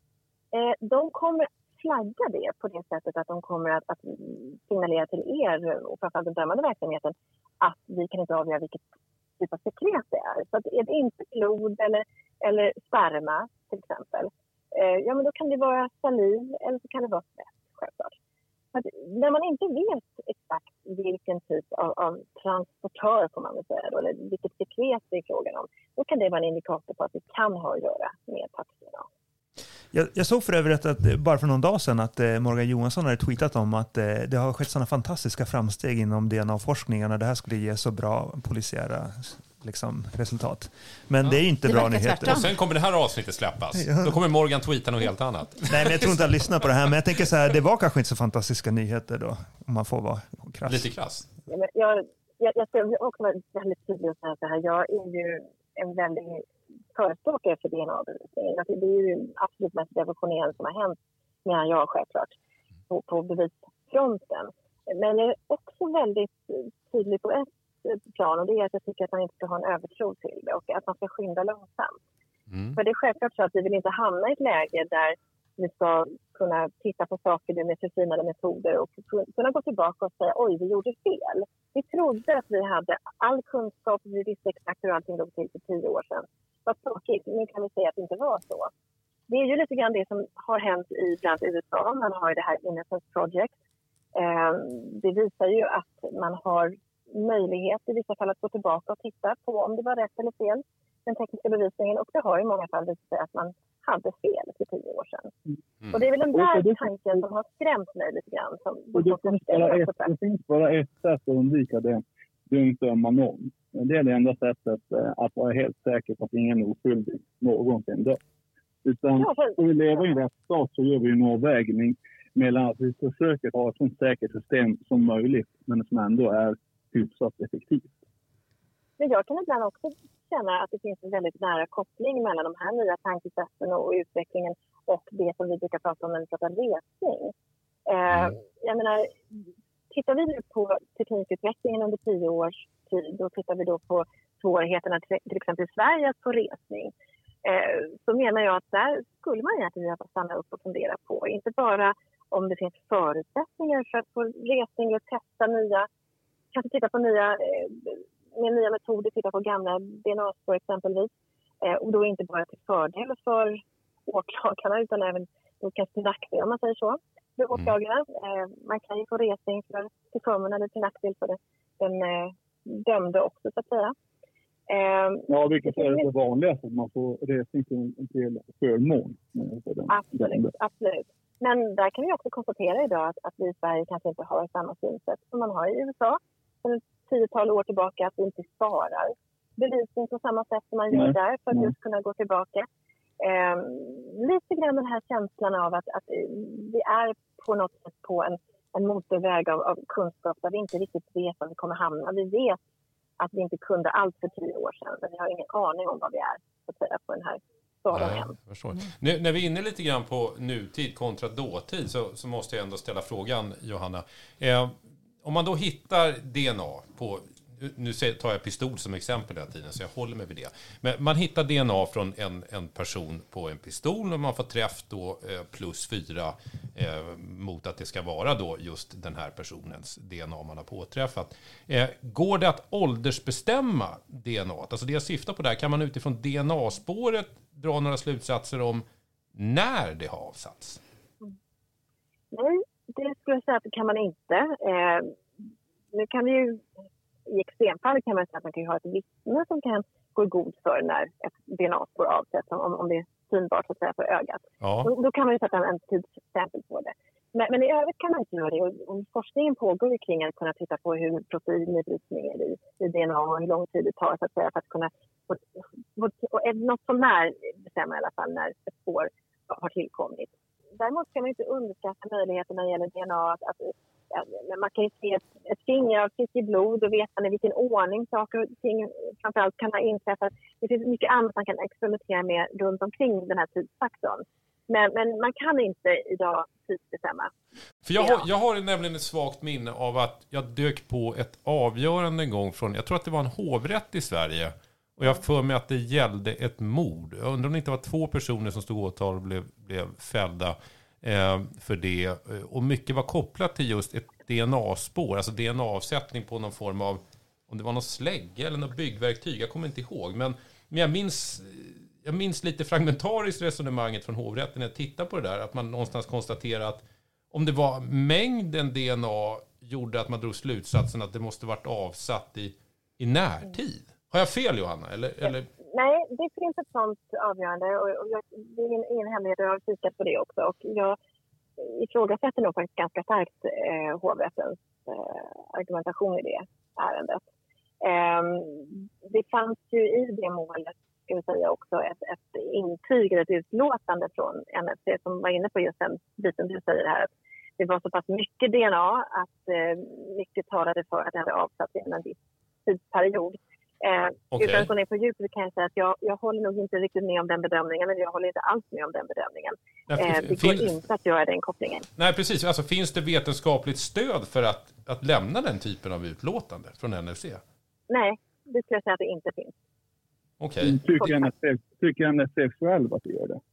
De kommer flagga det på det sättet att de kommer att signalera till er och framförallt den dömande verksamheten att vi kan inte avgöra vilket typ av sekret det är. Så att är det inte blod eller sperma till exempel, men då kan det vara saliv eller så kan det vara svett, självklart. Att när man inte vet exakt vilken typ av transportör får man väl säga då, eller vilket sekret det är frågan om, då kan det vara en indikator på att det kan ha att göra med touch-DNA. Jag såg för övrigt att bara för någon dag sedan att Morgan Johansson hade tweetat om att det har skett sådana fantastiska framsteg inom DNA-forskningen och det här skulle ge så bra polisiära resultat. Men det är ju inte bra nyheter. Och sen kommer det här avsnittet släppas. Då kommer Morgan tweeta något helt annat. Nej, men jag tror inte att lyssna på det här. Men jag tänker så här, det var kanske inte så fantastiska nyheter då, om man får vara krass. Lite krass. Jag ska också vara väldigt tydlig och säga så här. Jag är ju en väldigt förespråkare för DNA-bevisning. Det är ju absolut mest revolutionerande som har hänt medan jag självklart på bevisfronten. Men jag är också väldigt tydlig på plan, och det är att jag tycker att man inte ska ha en övertro till det och att man ska skynda långsamt. För det är självklart så att vi vill inte hamna i ett läge där vi ska kunna titta på saker med förfinade metoder och kunna gå tillbaka och säga oj, vi gjorde fel. Vi trodde att vi hade all kunskap, vi visste exakt hur allting låg till för 10 år sedan. Vad tråkigt, nu kan vi säga att det inte var så. Det är ju lite grann det som har hänt i bland USA. Man har ju det här Innocence Project. Det visar ju att man har möjlighet i vissa fall att gå tillbaka och titta på om det var rätt eller fel, den tekniska bevisningen. Och det har i många fall visat sig att man hade fel för 10 år sedan. Och det är väl den där tanken som har skrämt mig lite grann. Det finns bara ett sätt att undvika det. Det är inte döma någon. Det är det enda sättet att vara helt säker på att ingen oskyldig någonsin dör. Utan om vi lever i en rättsstat så gör vi en avvägning mellan att vi försöker ha ett så säkert system som möjligt, men som ändå är hyfsat effektivt. Men jag kan ibland också känna att det finns en väldigt nära koppling mellan de här nya tankesätten och utvecklingen och det som vi brukar prata om när vi pratar resning. Jag menar, tittar vi nu på teknikutvecklingen under 10 års tid och tittar vi då på svårigheterna till exempel i Sverige att få resning, så menar jag att där skulle man egentligen behöva stanna upp och fundera på. Inte bara om det finns förutsättningar för att få resning eller testa nya, kanske titta på nya metoder, titta på gamla DNA-spår exempelvis. Och då inte bara till fördel för åklagarna utan även då kanske till nackdel, om man säger så, för åklagarna. Man kan ju få resning till förmån eller till nackdel för den dömde också, så att säga. Ja, vilket är det vanligaste att man får resning till förmån. Absolut. Men där kan vi också konstatera idag att vi i Sverige kanske inte har samma synsätt som man har i USA. Sedan ett 10-tal år tillbaka, att vi inte sparar bevisning på samma sätt som man gör där för att just kunna gå tillbaka. Lite grann den här känslan av att vi är på något sätt på en motorväg av kunskap där vi inte riktigt vet var vi kommer hamna. Vi vet att vi inte kunde allt för 10 år sedan, men vi har ingen aning om vad vi är, så att säga, på den här staden. Nu, när vi är inne lite grann på nutid kontra dåtid så måste jag ändå ställa frågan, Johanna. Om man då hittar DNA på, nu tar jag pistol som exempel hela tiden så jag håller mig vid det. Men man hittar DNA från en person på en pistol och man får träff då +4 mot att det ska vara då just den här personens DNA man har påträffat. Går det att åldersbestämma DNA? Alltså det jag syftar på där, kan man utifrån DNA-spåret dra några slutsatser om när det har avsatts? Nej, det skulle jag säga att det kan man inte. Nu kan vi ju i extremfall kan man säga att man kan ha ett vittne som kan gå i god för när ett DNA-spår avsätts, om det är synbart så att säga för ögat. Ja. Då kan man ju sätta en tidsstämpel på det. Men i övrigt kan man inte göra det. Och forskningen pågår kring att kunna titta på hur proteinbrytningar i DNA och hur lång tid det tar så att säga, för att kunna något som när bestämma i alla fall när ett spår har tillkommit. Däremot kan man inte underskatta möjligheten när det gäller DNA att man kan ju se ett fingeravtryck i blod och veta i vilken ordning saker och ting framförallt kan ha inträffat. Det finns mycket annat man kan experimentera med runt omkring den här tidsfaktorn. Men man kan inte idag tidsbestämma. För jag har nämligen ett svagt minne av att jag dök på ett avgörande en gång från, jag tror att det var en hovrätt i Sverige. Och jag för mig att det gällde ett mord. Jag undrar om det inte var 2 personer som stod åtal och blev fällda för det. Och mycket var kopplat till just ett DNA-spår. Alltså DNA-avsättning på någon form av, om det var någon slägge eller något byggverktyg. Jag kommer inte ihåg. Men jag minns lite fragmentariskt resonemanget från hovrätten när jag tittar på det där. Att man någonstans konstaterar att om det var mängden DNA gjorde att man drog slutsatsen att det måste varit avsatt i närtid. Har jag fel, Johanna? Eller? Nej, det finns ett sånt avgörande och det är ingen hemlighet, jag har kikat på det också. Och jag ifrågasätter nog faktiskt ganska starkt hovrättens argumentation i det ärendet. Det fanns ju i det målet, ska vi säga, också ett intyg eller ett utlåtande från NFC som var inne på just den biten du säger här. Det var så pass mycket DNA att mycket talade för att det hade avsatts i en viss tidsperiod. Utan att gå ner på djupet kan jag säga att jag håller nog inte riktigt med om den bedömningen, men jag håller inte alls med om den bedömningen. Det går inte att göra den kopplingen. Nej, precis. Alltså, finns det vetenskapligt stöd för att lämna den typen av utlåtande från NFC? nej, det skulle jag säga att det inte finns. Okej. Tycker NSC själv att det gör det?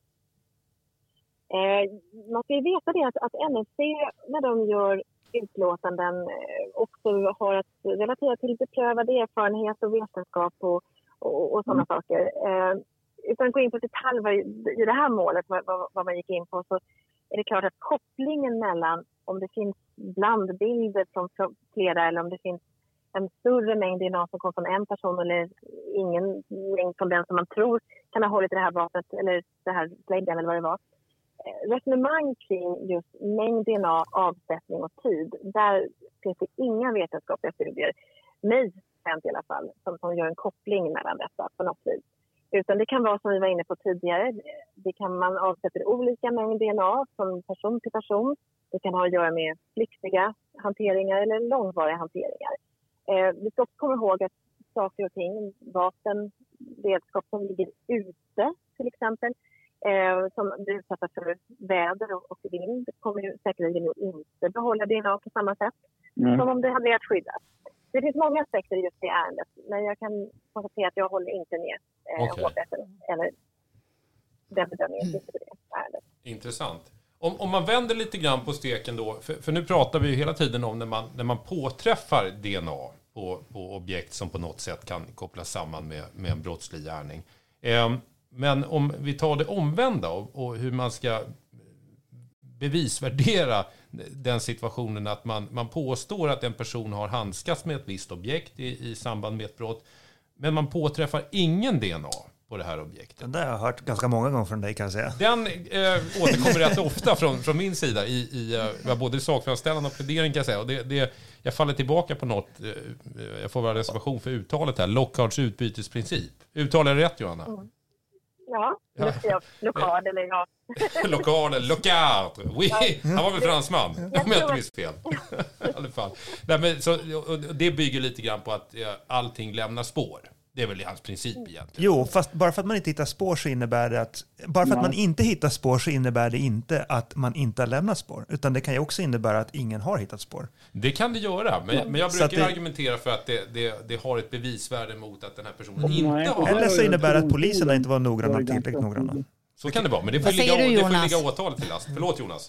Man ska ju veta det att NSC, när de gör utlåtanden, också har att relatera till beprövad erfarenhet och vetenskap och sådana saker. Utan att gå in på detaljer i det här målet, vad man gick in på, så är det klart att kopplingen mellan om det finns blandbilder från flera eller om det finns en större mängd DNA som kommer från en person eller ingen mängd från den som man tror kan ha hållit i det här vapnet eller det här släggan eller vad det var. Resonemang kring just mängd DNA, avsättning och tid, där finns det inga vetenskapliga studier, mig i alla fall, som gör en koppling mellan detta på något vis. Utan det kan vara som vi var inne på tidigare, det kan man avsätta olika mängd DNA från person till person. Det kan ha att göra med flyktiga hanteringar eller långvariga hanteringar. Vi ska också komma ihåg att saker och ting, vapen, redskap som ligger ute till exempel, som blir utsatta för väder och vind, kommer ju säkerligen inte behålla DNA på samma sätt som om det hade varit skyddat. Det finns många aspekter just i ärendet, men jag kan konstatera att jag håller inte med hovrätten eller den bedömningen inte på det ärendet. Intressant. Om man vänder lite grann på steken då, för nu pratar vi ju hela tiden om när man påträffar DNA på objekt som på något sätt kan kopplas samman med en brottslig gärning. Men om vi tar det omvända och hur man ska bevisvärdera den situationen att man påstår att en person har handskats med ett visst objekt i samband med ett brott, men man påträffar ingen DNA på det här objektet. Den där har jag hört ganska många gånger från dig, kan jag säga. Den återkommer rätt ofta från min sida i både sakframställan och plädering, kan jag säga. Och jag faller tillbaka på något, jag får vara reservation för uttalet här, Lockharts utbytesprincip. Uttalar jag rätt, Johanna? Mm. Ja, Lockard eller ja. Lockard, oui. Han var väl fransman, om jag inte minns fel. I alla fall. Nej, men, det bygger lite grann på att allting lämnar spår. Det är väl hans princip egentligen. Jo, fast bara för att man inte hittar spår så innebär det att... Bara för att man inte hittar spår så innebär det inte att man inte har lämnat spår. Utan det kan ju också innebära att ingen har hittat spår. Det kan det göra, men jag brukar argumentera för att det har ett bevisvärde mot att den här personen inte har... Eller så innebär det att poliserna inte var noggranna, tillräckligt noggranna. Så kan det vara, men det får ligga åtalet till last. Förlåt, Jonas.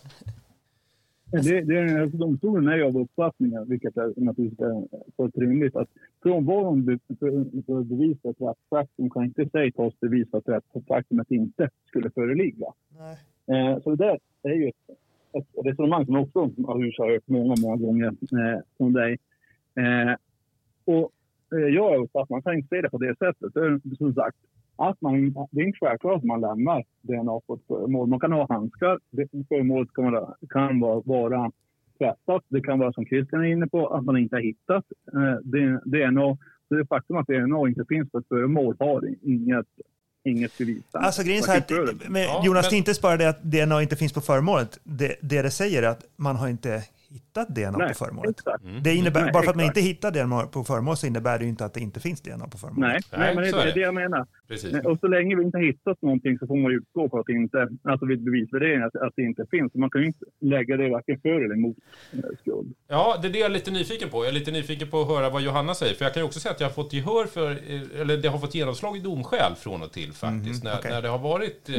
Domstolen är ju av uppfattningen, vilket är naturligtvis fullt rimligt, att frånvaron för bevis för ett rättsfaktum kan inte säga tas bevis för att rättsfaktumet inte skulle föreligga. Nej. Så det där är ju ett resonemang som också har hört många gånger från dig. Och jag är uppfattad att man kan inte säga det på det sättet. Det är som sagt, det är inte självklart att man lämnar DNA på ett föremål. Man kan ha handskar. Föremålet kan vara tvättat. Det kan vara, som Christian är inne på, att man inte har hittat DNA. Så det faktum att DNA inte finns på ett föremål har inget bevis. Alltså grejen är här, Jonas, det är inte bara det att DNA inte finns på föremålet. Det säger är att man har inte hittat DNA på föremålet. Det innebär, bara för att man inte hittar DNA på föremål så innebär det ju inte att det inte finns DNA på föremålet. Nej, men det är det jag menar. Precis. Och så länge vi inte har hittat någonting så får man utgå på att det inte, alltså vid bevisvärdering att det inte finns. Man kan ju inte lägga det varken för eller emot skuld. Ja, det är det jag är lite nyfiken på. Jag är lite nyfiken på att höra vad Johanna säger. För jag kan ju också säga att jag har fått gehör för, eller det har fått genomslag i domskäl från och till faktiskt. När det har varit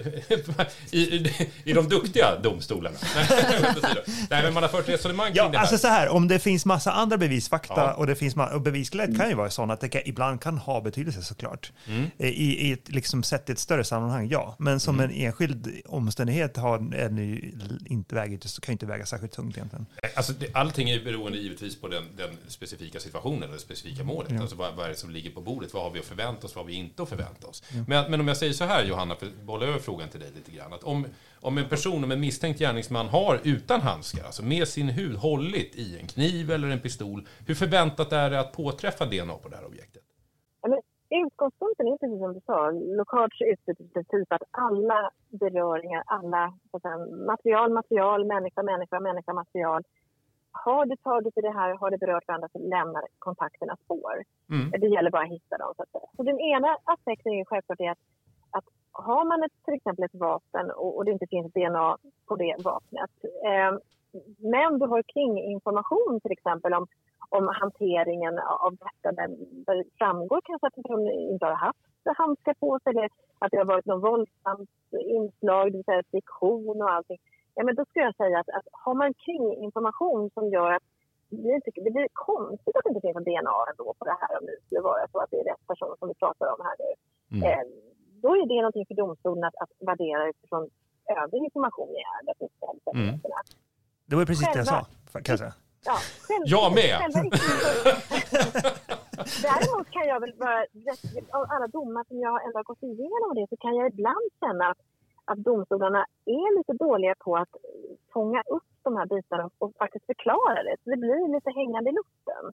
i de duktiga domstolarna. Nej, men man har fört resonemang kring det här. Alltså så här, om det finns massa andra bevisfakta och det finns och bevisläget kan ju vara sådana att det ibland kan ha betydelse såklart. I ett liksom sett i ett större sammanhang, ja. Men som en enskild omständighet kan inte väga särskilt tungt egentligen. Alltså allting är beroende givetvis på den specifika situationen, det specifika målet. Ja. Alltså vad är det som ligger på bordet? Vad har vi att förvänta oss? Vad har vi inte att förvänta oss? Ja. Men om jag säger så här, Johanna, för att bolla över frågan till dig lite grann. Att om en person, om en misstänkt gärningsman har utan handskar, alltså med sin hud hållit i en kniv eller en pistol, hur förväntat är det att påträffa DNA på det här objektet? Utgångspunkten är precis som du sa, Lockharts utbytesprincip, att alla beröringar, alla material, människa, material. Har du tagit i det här, har det berört varandra så lämnar kontakterna spår. Det gäller bara att hitta dem. Så den ena aspekten är ju självklart att har man till exempel ett vapen och det inte finns DNA på det vapnet, Men du har kringinformation till exempel om hanteringen av detta där det framgår kanske att personen inte har haft handskar på sig eller att det har varit någon våldsamt inslag, det vill säga friktion och allting. Ja, men då skulle jag säga att har man kringinformation som gör att det blir konstigt att det inte finns en DNA ändå på det här om det skulle vara så att det är rätt person som vi pratar om här nu. Då är det någonting för domstolen att värdera utifrån övrig information i ärendet. Det var precis det jag sa, kan jag säga. Ja, jag med! Däremot kan jag väl vara, av alla domar som jag ändå har gått igenom det, så kan jag ibland känna att domstolarna är lite dåliga på att fånga upp de här bitarna och faktiskt förklara det. Så det blir lite hängande i luften.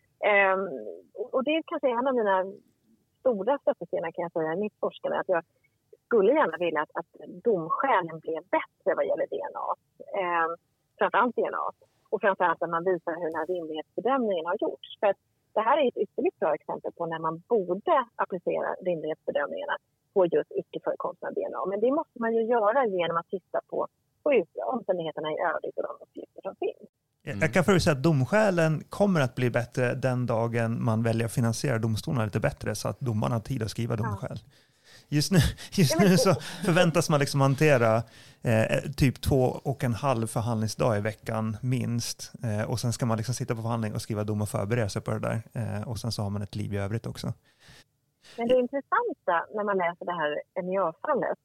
Och det är kanske en av mina stora stötestenar kan jag säga i mitt forskande, att jag skulle gärna vilja att domskälen blev bättre vad gäller DNA. Framförallt DNA. Och framförallt att man visar hur den här rimlighetsbedömningen har gjorts. För att det här är ett ytterligt bra exempel på när man borde applicera rimlighetsbedömningarna på just icke-förekomsten av DNA. Men det måste man ju göra genom att titta på omständigheterna i övrigt och de uppgifter som finns. Jag kan förutsäga att domskälen kommer att bli bättre den dagen man väljer att finansiera domstolarna lite bättre så att domarna har tid att skriva domskäl. Just nu så förväntas man liksom hantera typ 2,5 förhandlingsdag i veckan minst. Och sen ska man liksom sitta på förhandling och skriva dom och förbereda sig på det där. Och sen så har man ett liv i övrigt också. Men det intressanta när man läser det här NJA-fallet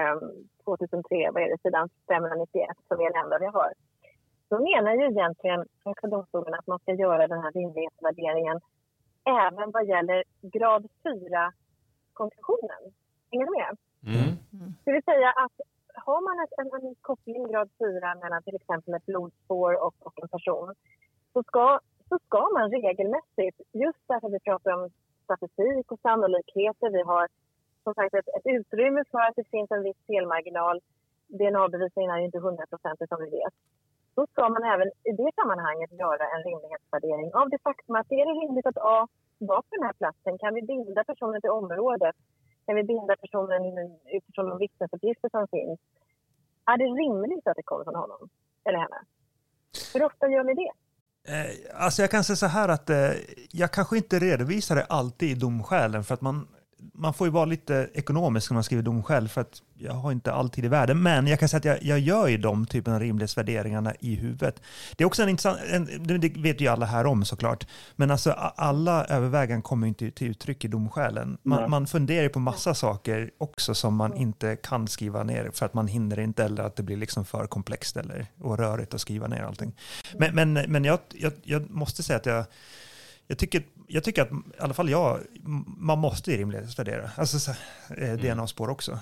2003, vad är det, sidan 591 som är den enda vi har. Så menar ju egentligen Högsta domstolen att man ska göra den här rimlighetsvärderingen även vad gäller grad 4-konklusionen. Hänger du med? Det vill säga att har man en koppling grad 4 mellan till exempel ett blodspår och en person så ska man regelmässigt, just därför vi pratar om statistik och sannolikheter, vi har som sagt ett utrymme för att det finns en viss felmarginal. DNA-bevisningen är ju inte 100% som vi vet. Då ska man även i det sammanhanget göra en rimlighetsvärdering av det faktum att det är rimligt att vara på den här platsen. Kan vi binda personen till området? Kan vi binda personen utifrån de vittnesuppgifter som finns? Är det rimligt att det kommer från honom eller henne? Hur ofta gör ni det? Alltså jag kan säga så här att jag kanske inte redovisar det alltid i domskälen för att man får ju vara lite ekonomisk när man skriver domskäl för att jag har inte alltid i världen. Men jag kan säga att jag gör ju de typen av rimlighetsvärderingarna i huvudet. Det är också en intressant, det vet ju alla här om såklart. Men alltså alla överväganden kommer inte till uttryck i domskälen. Man funderar på massa saker också som man inte kan skriva ner för att man hinner inte eller att det blir liksom för komplext och rörigt att skriva ner allting. Men jag måste säga att jag tycker att i alla fall man måste rimlighetsvärdera. Alltså DNA-spår också.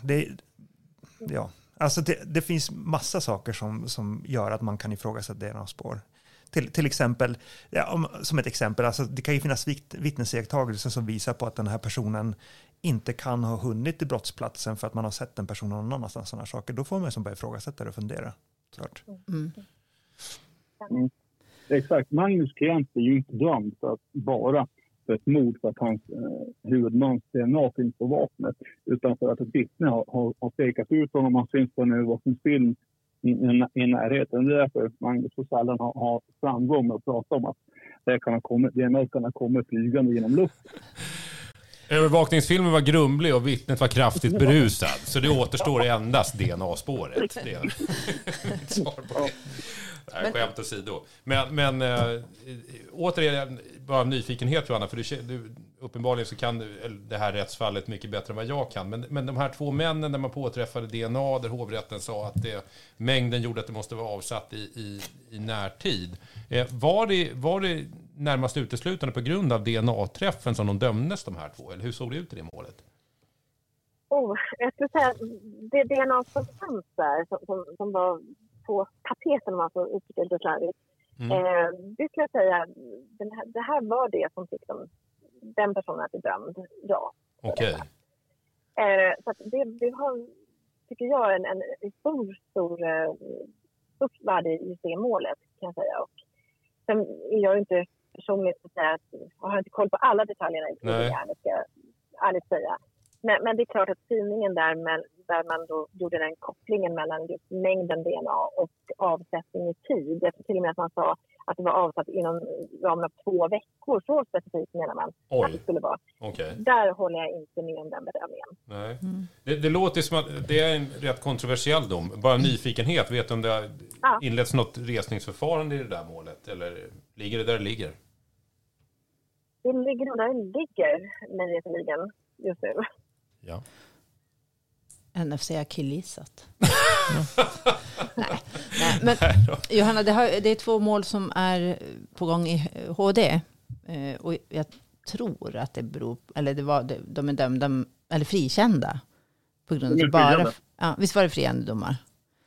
Det finns massa saker som gör att man kan ifrågasätta DNA-spår. Till exempel, som ett exempel, alltså det kan ju finnas vittnesiakttagelser som visar på att den här personen inte kan ha hunnit till brottsplatsen för att man har sett den personen någon annanstans. Sådana saker. Då får man som börja ifrågasätta det och fundera. Klart. Exakt. Magnus klient är ju inte dömd bara för ett mord för att hans huvudmans DNA finns på vapnet. Utan för att ett vittne har pekat ut honom. Man syns på en övervakningsfilm i närheten. Det är därför Magnus så sällan har framgång med att prata om att DNA kan ha kommit flygande genom luften. Övervakningsfilmen var grumlig och vittnet var kraftigt berusad. Så det återstår endast DNA-spåret. Det är ett svar på det. Nej, skämt åsido. Men återigen, bara nyfikenhet Johanna, för du uppenbarligen så kan det här rättsfallet mycket bättre än vad jag kan. Men de här två männen när man påträffade DNA, där hovrätten sa att mängden gjorde att det måste vara avsatt i närtid. Var det närmast uteslutande på grund av DNA-träffen som de dömdes de här två? Eller hur såg det ut i det målet? Jag skulle säga det DNA som fanns där som var på tapeten om man får uttrycka det slarvigt. Det skulle jag säga, det här var det som fick den personen att bli dömd. Ja. Okej. Så att det har, tycker jag, en stort värde i det målet kan jag säga. Och sen är jag inte personligt att säga att jag har inte koll på alla detaljerna i det här, ska jag ärligt säga. Men det är klart att skrivningen där man då gjorde den kopplingen mellan just mängden DNA och avsättning i tid. Jag tror till och med att man sa att det var avsatt inom ramen av 2 veckor. Så specifikt menar man att det skulle vara. Okay. Där håller jag inte med om den bedömningen. Nej. Det låter som att det är en rätt kontroversiell dom. Bara nyfikenhet, vet du om det har inletts något resningsförfarande i det där målet? Eller ligger det där det ligger? Det ligger nog där det ligger, mig veterligen, just nu. Ja. NFC har killgissat. Nej, men Johanna, det är 2 mål som är på gång i HD. Och jag tror att det beror, eller de är dömda, eller frikända. På grund av bara, visst var det friande domar?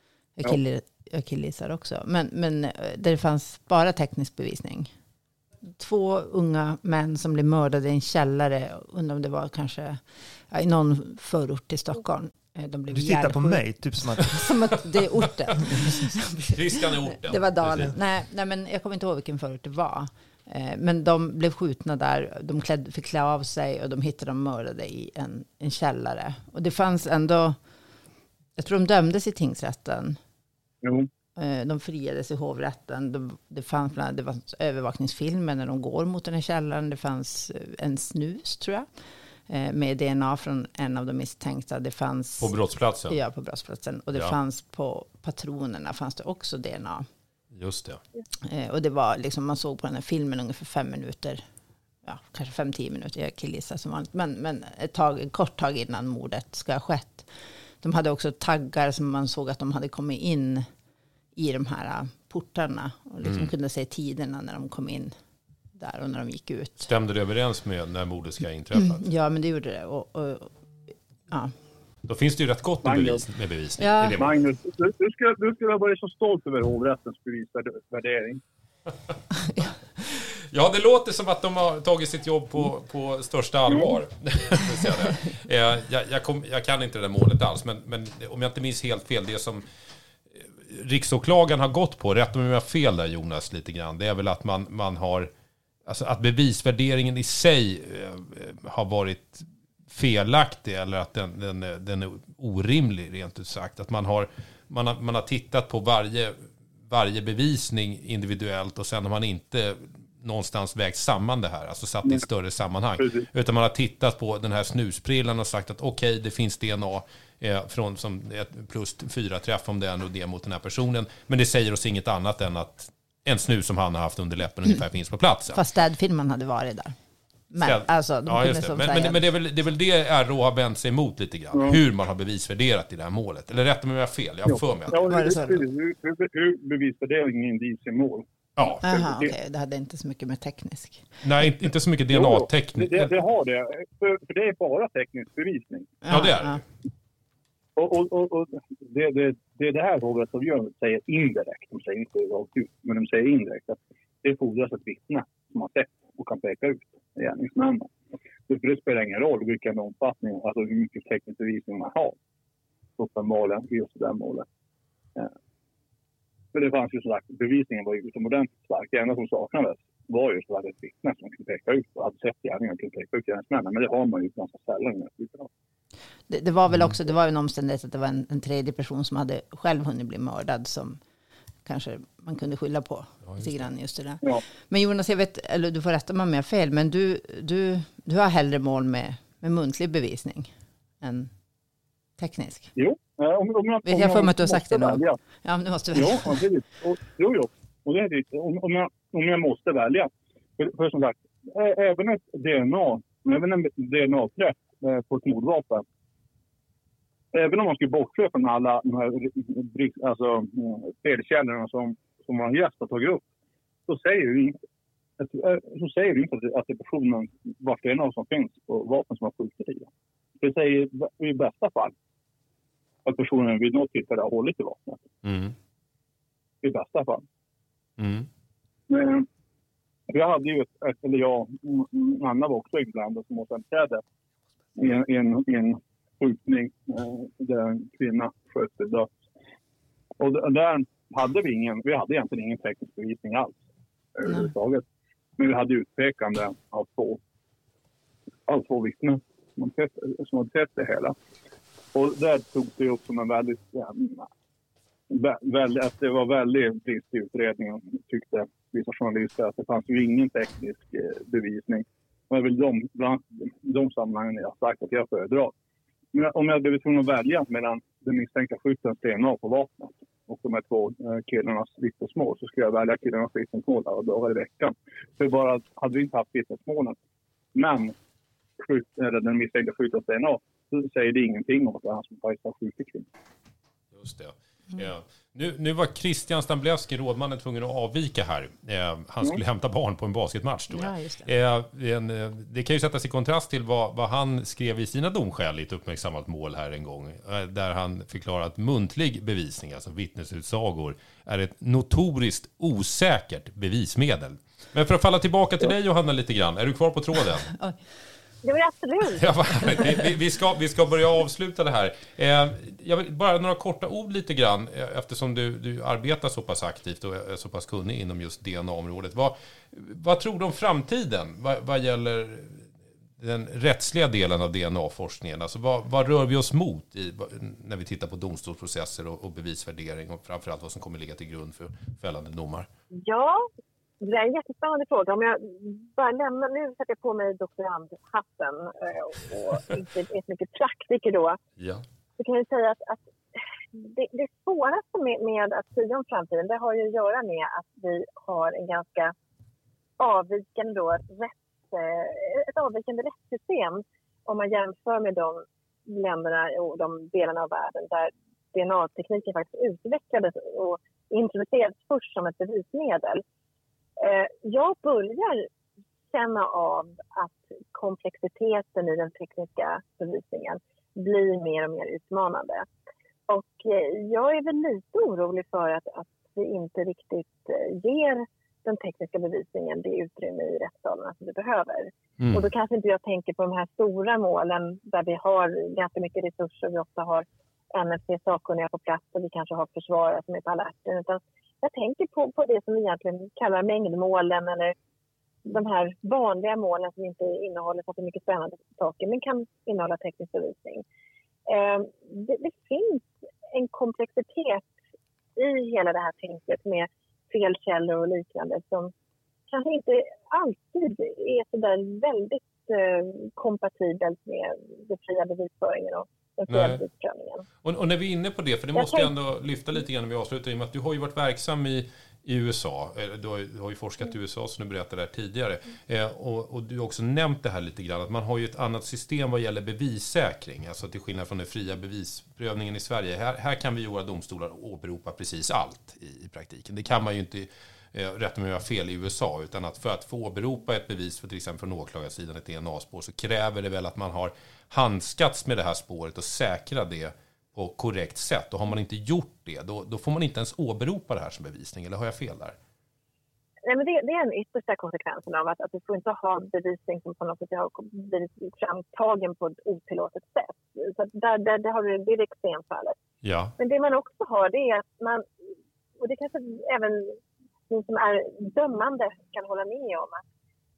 Jag killgissar också. Men där det fanns bara teknisk bevisning. 2 unga män som blev mördade i en källare, undrar om det var kanske i någon förort till Stockholm. De blev du tittar på mig, typ som att det är orten. Christian är orten. Det var dalen. Nej, men jag kommer inte ihåg vilken förort det var. Men de blev skjutna där. De fick klä av sig och de hittade dem mördade i en källare. Och det fanns ändå, jag tror de dömdes i tingsrätten. Jo. De friades i hovrätten. Det fanns övervakningsfilmer när de går mot den här källaren. Det fanns en snus, tror jag, med DNA från en av de misstänkta. Det fanns på brottsplatsen? Ja, på brottsplatsen. Och det fanns på patronerna fanns det också DNA. Just det. Och det var liksom, man såg på den här filmen ungefär 5 minuter. Ja, kanske 5-10 minuter. Jag killgissar som vanligt. Men ett kort tag innan mordet ska ha skett. De hade också taggar som man såg att de hade kommit in i de här portarna. Och liksom kunde se tiderna när de kom in där och när de gick ut. Stämde det överens med när mordet ska ha inträffat? Ja, men det gjorde det. Ja. Då finns det ju rätt gott med bevisning. Ja. Magnus, du skulle vara så stolt över hovrättens bevisvärdering. Ja, det låter som att de har tagit sitt jobb på största allvar. Jag kan inte det där målet alls, men om jag inte minns helt fel, det som riksåklagaren har gått på, rätt om jag har fel där Jonas lite grann, det är väl att man har, alltså att bevisvärderingen i sig har varit felaktig eller att den är orimlig rent ut sagt. Att man har tittat på varje bevisning individuellt och sen har man inte någonstans vägt samman det här, alltså satt i ett större sammanhang. Precis. Utan man har tittat på den här snusprillan och sagt att okej, det finns DNA från som plus 4 träff om det är nog det mot den här personen. Men det säger oss inget annat än att en snus som han har haft under läppen ungefär finns på platsen. Fast städfilmen hade varit där. Men, alltså, just det. Men det är väl det RÅ har vänt sig emot lite grann. Hur man har bevisvärderat i det här målet. Eller rätt om jag har fel, jag har för mig. Hur bevisvärderingen i indiciemål. Ja. Aha, okej. Det hade inte så mycket med teknisk. Nej, inte så mycket DNA-teknik. Det har det. För det är bara teknisk bevisning. Ja, det är det. Och det är det här hovrätt som säger indirekt. De säger inte rakt ut, men de säger indirekt att det fordras ett vittne som har sett och kan peka ut gärningsmännen. För det spelar ingen roll vilken omfattning, alltså hur mycket teknisk bevisning man har. Uppenbarligen just det målet. För det fanns ju så att bevisningen var ju utomordentligt stark. Det enda som saknades var ju så att ett vittne som kunde peka ut och hade sett gärningen kunde peka ut gärningsmännen. Men det har man ju ganska sällan. Det var väl också, det var ju en omständighet att det var en tredje person som hade själv hunnit bli mördad som kanske man kunde skylla på. Just det där. Ja. Men Jonas, jag vet, eller du får rätta mig om jag har fel, men du har hellre mål med muntlig bevisning än teknisk. Jo. Om jag får mig att du har sagt det nu. Ja, men du måste välja. Jo. Och det är det. Om jag måste välja. För som sagt, även ett DNA, även en DNA-träff på ett mordvapen. Även om man skulle bortse från alla de här felkällorna som vår gäst har tagit upp, så säger du inte att det är personen vart DNA som finns på vapen som har skjutit i. Det säger i bästa fall att personen vid något tillfälle har hållit i vapnet. I bästa fall. Men jag hade ju Anna var också ibland som återträdde i en skjutning där en kvinna sköt till döds. Och där hade vi hade egentligen ingen teknisk bevisning alls överhuvudtaget. Men vi hade utpekande av två vittnen som hade sett det hela. Och där tog det upp som en väldigt att det var väldigt brist i utredningen, tyckte vissa journalister, att det fanns ju ingen teknisk bevisning. Och det är väl de sammanhangen jag har sagt att jag föredrar. Men om jag blev tvungen att välja mellan den misstänkta skyttens DNA på vapnet och de här 2 killarnas vittnesmål, så skulle jag välja killarnas vittnesmål alla dagar i veckan. För bara hade vi inte haft vittnesmålen, men den misstänkta skyttens DNA, så säger det ingenting om att det är han som faktiskt har skjutit kring. Just det. Ja. Nu var Christian Stamblewski, rådmannen, tvungen att avvika här. Han skulle hämta barn på en basketmatch, tror jag. Ja, just det. Det kan ju sättas i kontrast till vad han skrev i sina domskäl i ett uppmärksammat mål här en gång. Där han förklarar att muntlig bevisning, alltså vittnesutsagor, är ett notoriskt osäkert bevismedel. Men för att falla tillbaka till dig, Johanna, lite grann. Är du kvar på tråden? Det var absolut. Ja, vi ska börja avsluta det här. Jag vill bara några korta ord lite grann, eftersom du arbetar så pass aktivt och är så pass kunnig inom just DNA-området. Vad tror du om framtiden vad gäller den rättsliga delen av DNA-forskningen? Alltså vad rör vi oss mot när vi tittar på domstolsprocesser och bevisvärdering, och framförallt vad som kommer ligga till grund för fällande domar? Ja, det är en jättespännande fråga. Om jag bara lämnar, nu sätter jag på mig doktorandhatten och inte är mycket praktiker då. Ja. Så kan jag säga att det svåraste med att säga om framtiden, det har ju att göra med att vi har en ganska avvikande ett avvikande rättssystem om man jämför med de länderna och de delarna av världen där DNA-tekniken faktiskt utvecklades och introducerades först som ett bevismedel. Jag börjar känna av att komplexiteten i den tekniska bevisningen blir mer och mer utmanande. Och jag är väl lite orolig för att vi inte riktigt ger den tekniska bevisningen det utrymme i rättssalarna som vi behöver. Mm. Och då kanske inte jag tänker på de här stora målen där vi har ganska mycket resurser, vi ofta har NFC-sakkunniga på plats och vi kanske har försvarare som är på alerten, utan jag tänker på det som vi egentligen kallar mängdmålen, eller de här vanliga målen som inte innehåller så mycket spännande saker men kan innehålla teknisk bevisning. Det finns en komplexitet i hela det här tänket med felkällor och liknande som kanske inte alltid är så där väldigt kompatibelt med den fria bevisföringen och den fria bevisprövningen. Och när vi är inne på det, för det måste jag ändå lyfta lite grann när vi avslutar, i och med att du har ju varit verksam i USA, du har ju forskat i USA som du berättade där tidigare, och du har också nämnt det här lite grann, att man har ju ett annat system vad gäller bevissäkring, alltså till skillnad från den fria bevisprövningen i Sverige. Här kan vi i våra domstolar åberopa precis allt i praktiken. Det kan man ju inte, rätt om jag har fel, i USA, utan att för att få åberopa ett bevis för till exempel från åklagarsidan, ett DNA-spår, så kräver det väl att man har handskats med det här spåret och säkra det på korrekt sätt. Och har man inte gjort det, då får man inte ens åberopa det här som bevisning, eller har jag fel där? Nej, men det är en yttersta konsekvensen av att du får inte ha bevisning som på något sätt har blivit framtagen på ett otillåtet sätt. Så där har du det extremfallet. Ja. Men det man också har, det är att man, och det kanske även ni som är dömande kan hålla med om, att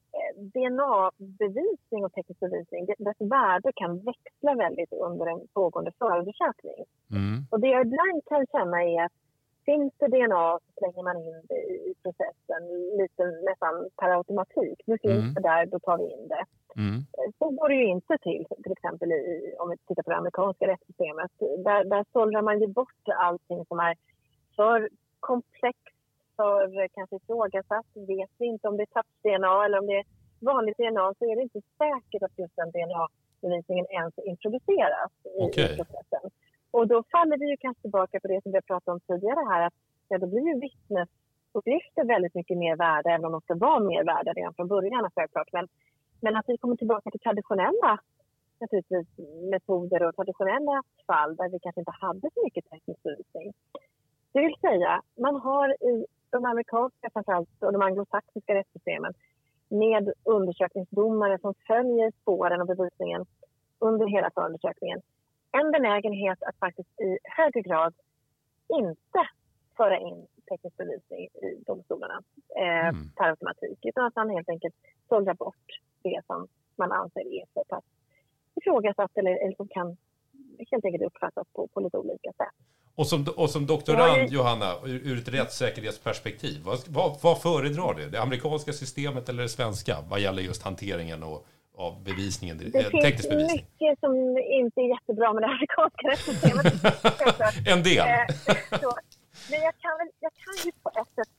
DNA-bevisning och teknisk bevisning, dess värde kan växla väldigt under en pågående förundersökning. Mm. Och det jag ibland kan känna är att finns det DNA så slänger man in det i processen lite nästan per automatik. Nu finns det där, då tar vi in det. Mm. Så går det ju inte till exempel om vi tittar på det amerikanska rättssystemet. Där sållrar man ju bort allting som är för komplext, för kanske ifrågasatt. Vet vi inte om det är touch-DNA eller om det är vanligt DNA, så är det inte säkert att just den DNA-bevisningen ens introduceras i processen. Och då faller vi ju kanske tillbaka på det som vi har pratat om tidigare här, att då blir ju vittnesuppgifter väldigt mycket mer värda, även om de ska vara mer värda redan från början, självklart. Men att vi kommer tillbaka till traditionella naturligtvis metoder och traditionella fall där vi kanske inte hade så mycket teknisk bevisning. Det vill säga, man har i de amerikanska framförallt och de anglosaxiska rättssystemen med undersökningsdomare som följer spåren och bevisningen under hela förundersökningen en benägenhet att faktiskt i högre grad inte föra in teknisk bevisning i domstolarna per automatik, utan att man helt enkelt sållar bort det som man anser är så pass ifrågasatt eller som kan helt enkelt uppfattas på lite olika sätt. Och som doktorand, Johanna, ur ett rättssäkerhetsperspektiv, vad föredrar det? Det amerikanska systemet eller det svenska vad gäller just hanteringen av bevisningen, teknisk bevisning? Det finns mycket som inte är jättebra med det amerikanska rättssystemet. En del. Men jag kan ju på ett sätt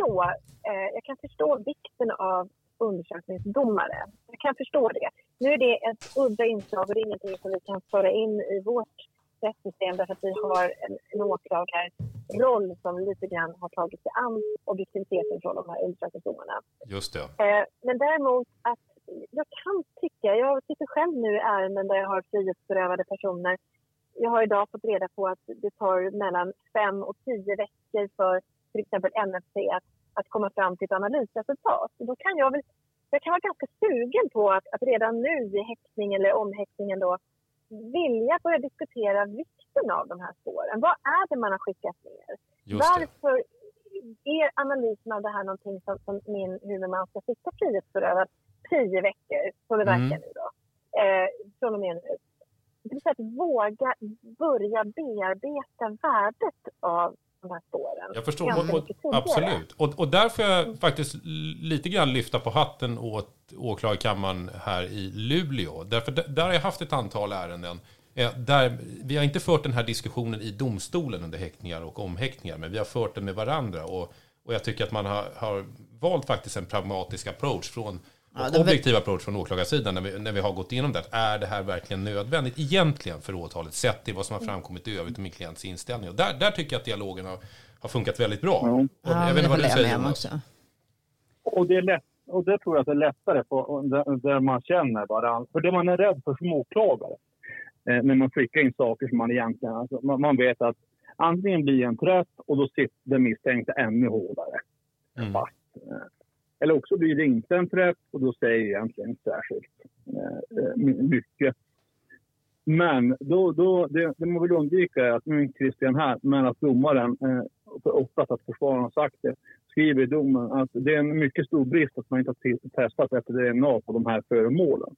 förstå vikten av undersökningsdomare. Jag kan förstå det. Nu är det ett udda inslag och det är ingenting som vi kan föra in i vårt rättssystem därför att vi har en åklagarroll som lite grann har tagit sig an objektiviteten från de här undersökningsdomarna. Just det. Men däremot att jag kan tycka, jag sitter själv nu i ärenden där jag har frihetsberövade personer. Jag har idag fått reda på att det tar mellan 5 och 10 veckor för till exempel NFC att komma fram till ett analysresultat. Så då kan jag kan vara ganska sugen på att redan nu i häktning eller omhäktningen då vilja börja diskutera vikten av de här spåren. Vad är det man har skickat ner? Varför är analysen av det här någonting som min huvudman ska sitta frihetsberövad 10 veckor, som det verkar nu då, från och med nu. Det vill säga att våga börja bearbeta värdet av de här spåren. Jag förstår, absolut. Och där får jag faktiskt lite grann lyfta på hatten åt åklagarkammaren här i Luleå. Därför där har jag haft ett antal ärenden där vi har inte fört den här diskussionen i domstolen under häktningar och omhäktningar, men vi har fört den med varandra och jag tycker att man har valt faktiskt en pragmatisk approach objektiv approach från åklagarsidan när vi har gått igenom det. Är det här verkligen nödvändigt egentligen för åtalet sett till vad som har framkommit i övrigt om min klients inställning? Och där tycker jag att dialogen har funkat väldigt bra. Jag vet inte vad du säger också. Och det är lätt, och det tror jag att det är lättare på där man känner varandra. För det man är rädd för som åklagare när man skickar in saker som man egentligen, alltså, man vet att antingen blir en träff och då sitter den misstänkta ännu hårdare. Fast. Eller också blir det inte en träff och då säger jag egentligen inte särskilt mycket. Men det man vill undvika är att nu inte Christian här, men att domaren, oftast att försvararen har sagt det, skriver i domen att det är en mycket stor brist att man inte har testat efter DNA på de här föremålen.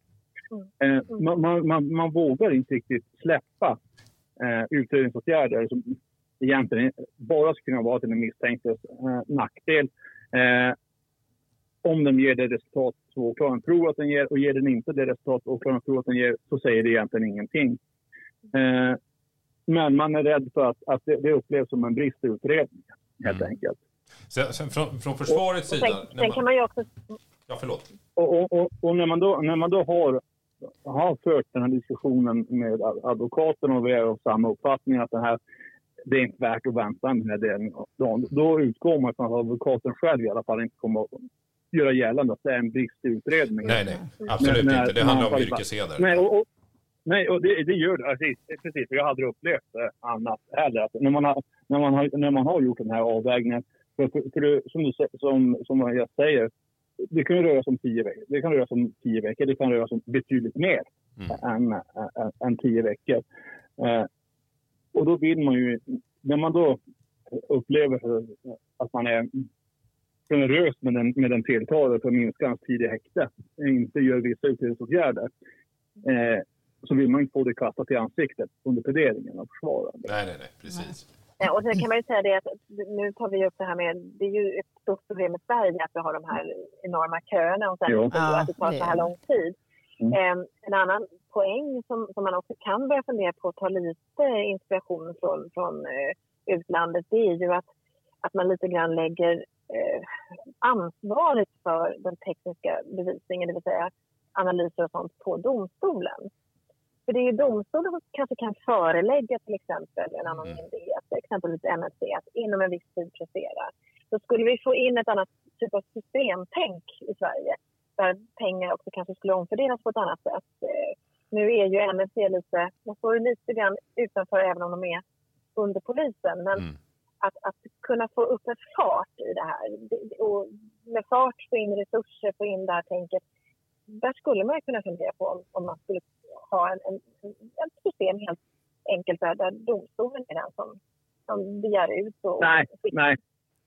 Man vågar inte riktigt släppa utredningsåtgärder som egentligen bara skulle kunna vara till den misstänktes nackdel. Om den ger det resultat som åklagaren tror att den ger och ger den inte det resultat som åklagaren tror att den ger, så säger det egentligen ingenting. Men man är rädd för att det upplevs som en brist i utredningen, helt enkelt. Sen från försvarets sida... Sen kan man ju också... Ja, förlåt. Och när man då har fört den här diskussionen med advokaten och vi är av samma uppfattning att det är inte värt att vänta med den här delen. Då utgår man från att advokaten själv i alla fall inte kommer att göra gällande att det är en brist i utredningen. Nej, absolut inte. Det handlar om yrkesheder. Nej, och det gör det. Precis, jag hade upplevt annat heller. Att när man har gjort den här avvägningen, som jag säger, det kan röra sig om 10 veckor. Det kan röra sig om 10 veckor. Det kan röra sig om betydligt mer än 10 veckor. Och då vill man ju, när man då upplever att man är generös med den tilltalade för att minska hans tid i häkte, inte gör vissa utredningsåtgärder, så vill man inte få det kastat i ansiktet under pläderingen av försvararen. Nej, precis. Ja, och sen kan man ju säga det att nu tar vi upp det här med, det är ju ett stort problem i Sverige att vi har de här enorma köerna och sen att det tar så här lång tid. En annan poäng som man också kan börja fundera på att ta lite inspiration från utlandet, det är ju att man lite grann lägger ansvaret för den tekniska bevisningen, det vill säga analyser och sånt, på domstolen. För det är ju domstolen som kanske kan förelägga till exempel en annan myndighet, exempelvis NFC, att inom en viss tid prestera. Så skulle vi få in ett annat typ av systemtänk i Sverige, där pengar också kanske skulle omfördelas på ett annat sätt. Nu är ju NFC de står lite grann utanför även om de är under polisen, men att kunna få upp en fart i det här, och med fart få in resurser, få in det här tänket, där skulle man kunna fundera på om man skulle ha en system helt enkelt där domstolen är den som begär ut. Och nej.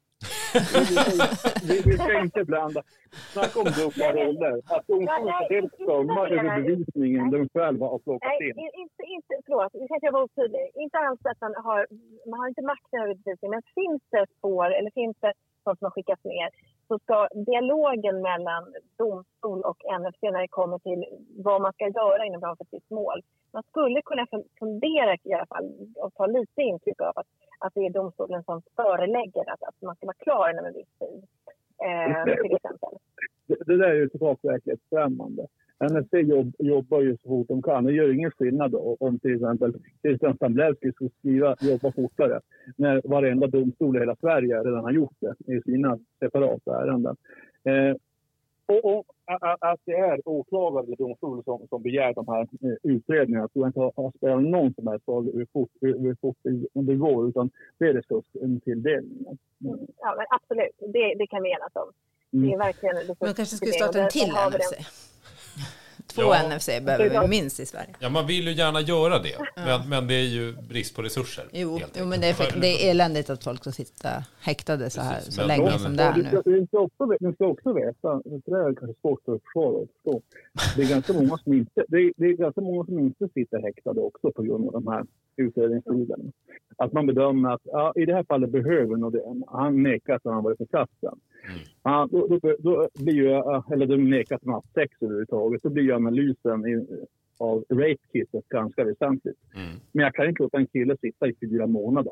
Vi ska inte blanda. Snacka om dubbla roller. Att domstolen helt döma över bevisningen de själva har plockat in. Förlåt, vi kanske var otydlig. Inte alls att man har inte makten över bevisningen, men finns det spår eller finns det sånt som har skickats ner, så ska dialogen mellan domstol och NFC när det kommer till vad man ska göra inom ramen för sitt mål. Man skulle kunna fundera i alla fall och ta lite intryck av att det är domstolen som förelägger att man ska vara klar inom en viss tid. Till exempel. Det där är ju totalt verklighetsfrämmande. NFC jobbar ju så fort de kan. Det gör ingen skillnad då, om till exempel Christian Stamblewski skulle jobba fortare när varenda domstol i hela Sverige redan har gjort det i sina separata ärenden. Och att det är åklagare eller domstolar som begär de här utredningarna, tror jag inte har spelat någon som helst roll hur fort det går, utan det är resurstilldelningen. Ja, men absolut. Det kan vi enas om. Det är verkligen man kanske skulle starta en till NFC. 2 NFC behöver vi minst i Sverige. Ja, man vill ju gärna göra det. Men det är ju brist på resurser. Jo men det är eländigt att folk ska sitta häktade så här så länge som det är nu. Du ska också veta, det är kanske svårt att förstå. Det är ganska många som inte sitter häktade också på grund av de här utredningstiderna. Att man bedömer att i det här fallet behöver nog det. Han nekar att han har varit på platsen. Då blir ju, eller de nekar att han har sex överhuvudtaget. Då blir ju analysen av rape-kittet ganska väsentligt. Men jag kan inte låta en kille sitta i 4 månader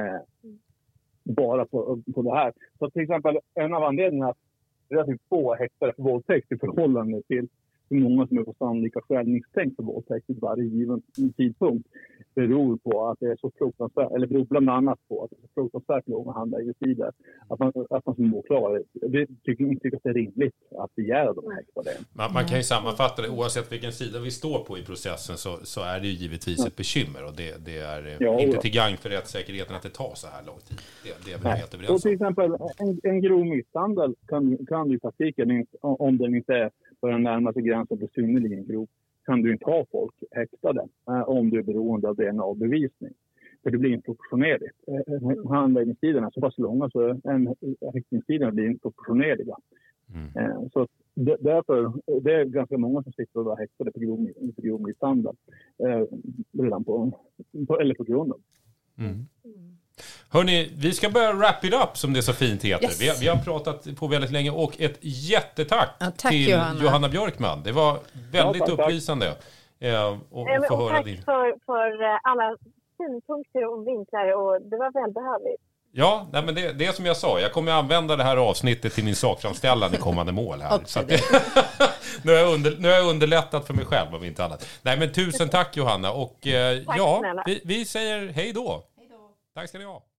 bara på det här. Så till exempel en av anledningarna att relativt få häktade för våldtäkt i förhållande till hur många som är på sannolika skällningstänk för våldtäkt i varje given tidpunkt beror på att det är så fruktansvärt, eller beror bland annat på att det är så fruktansvärt långa handläggningstider. Att man som åklagare tycker att det är rimligt att begära de häktade. Man kan ju sammanfatta det, oavsett vilken sida vi står på i processen så är det ju givetvis ett bekymmer, och det är inte till gagn för rättssäkerheten att det tar så här lång tid. Det är vi helt överens om. Och till exempel en grov misshandel kan ju i praktiken, om den inte är på den närmaste gränsen för synnerligen grov, kan du inte ha folk häktade om du är beroende av DNA-bevisning. För det blir inte proportionerligt. Handläggningstiderna är så pass långa så häktningstiderna blir inte proportionerliga. Så därför, det är ganska många som sitter och är häktade på grov misshandel redan på grund av. Hörrni, vi ska börja wrap it up som det så fint heter. Yes. Vi har pratat på väldigt länge, och ett jättetack till Johanna Björkman. Det var väldigt upplysande att få höra din. Tack för alla synpunkter och vinklar, och det var välbehövligt. Ja, nej, men det är som jag sa. Jag kommer att använda det här avsnittet till min sakframställan i kommande mål här. Så att nu har jag underlättat för mig själv om inte annat. Nej, men tusen tack Johanna. Och vi säger hej då. Tack ska ni ha.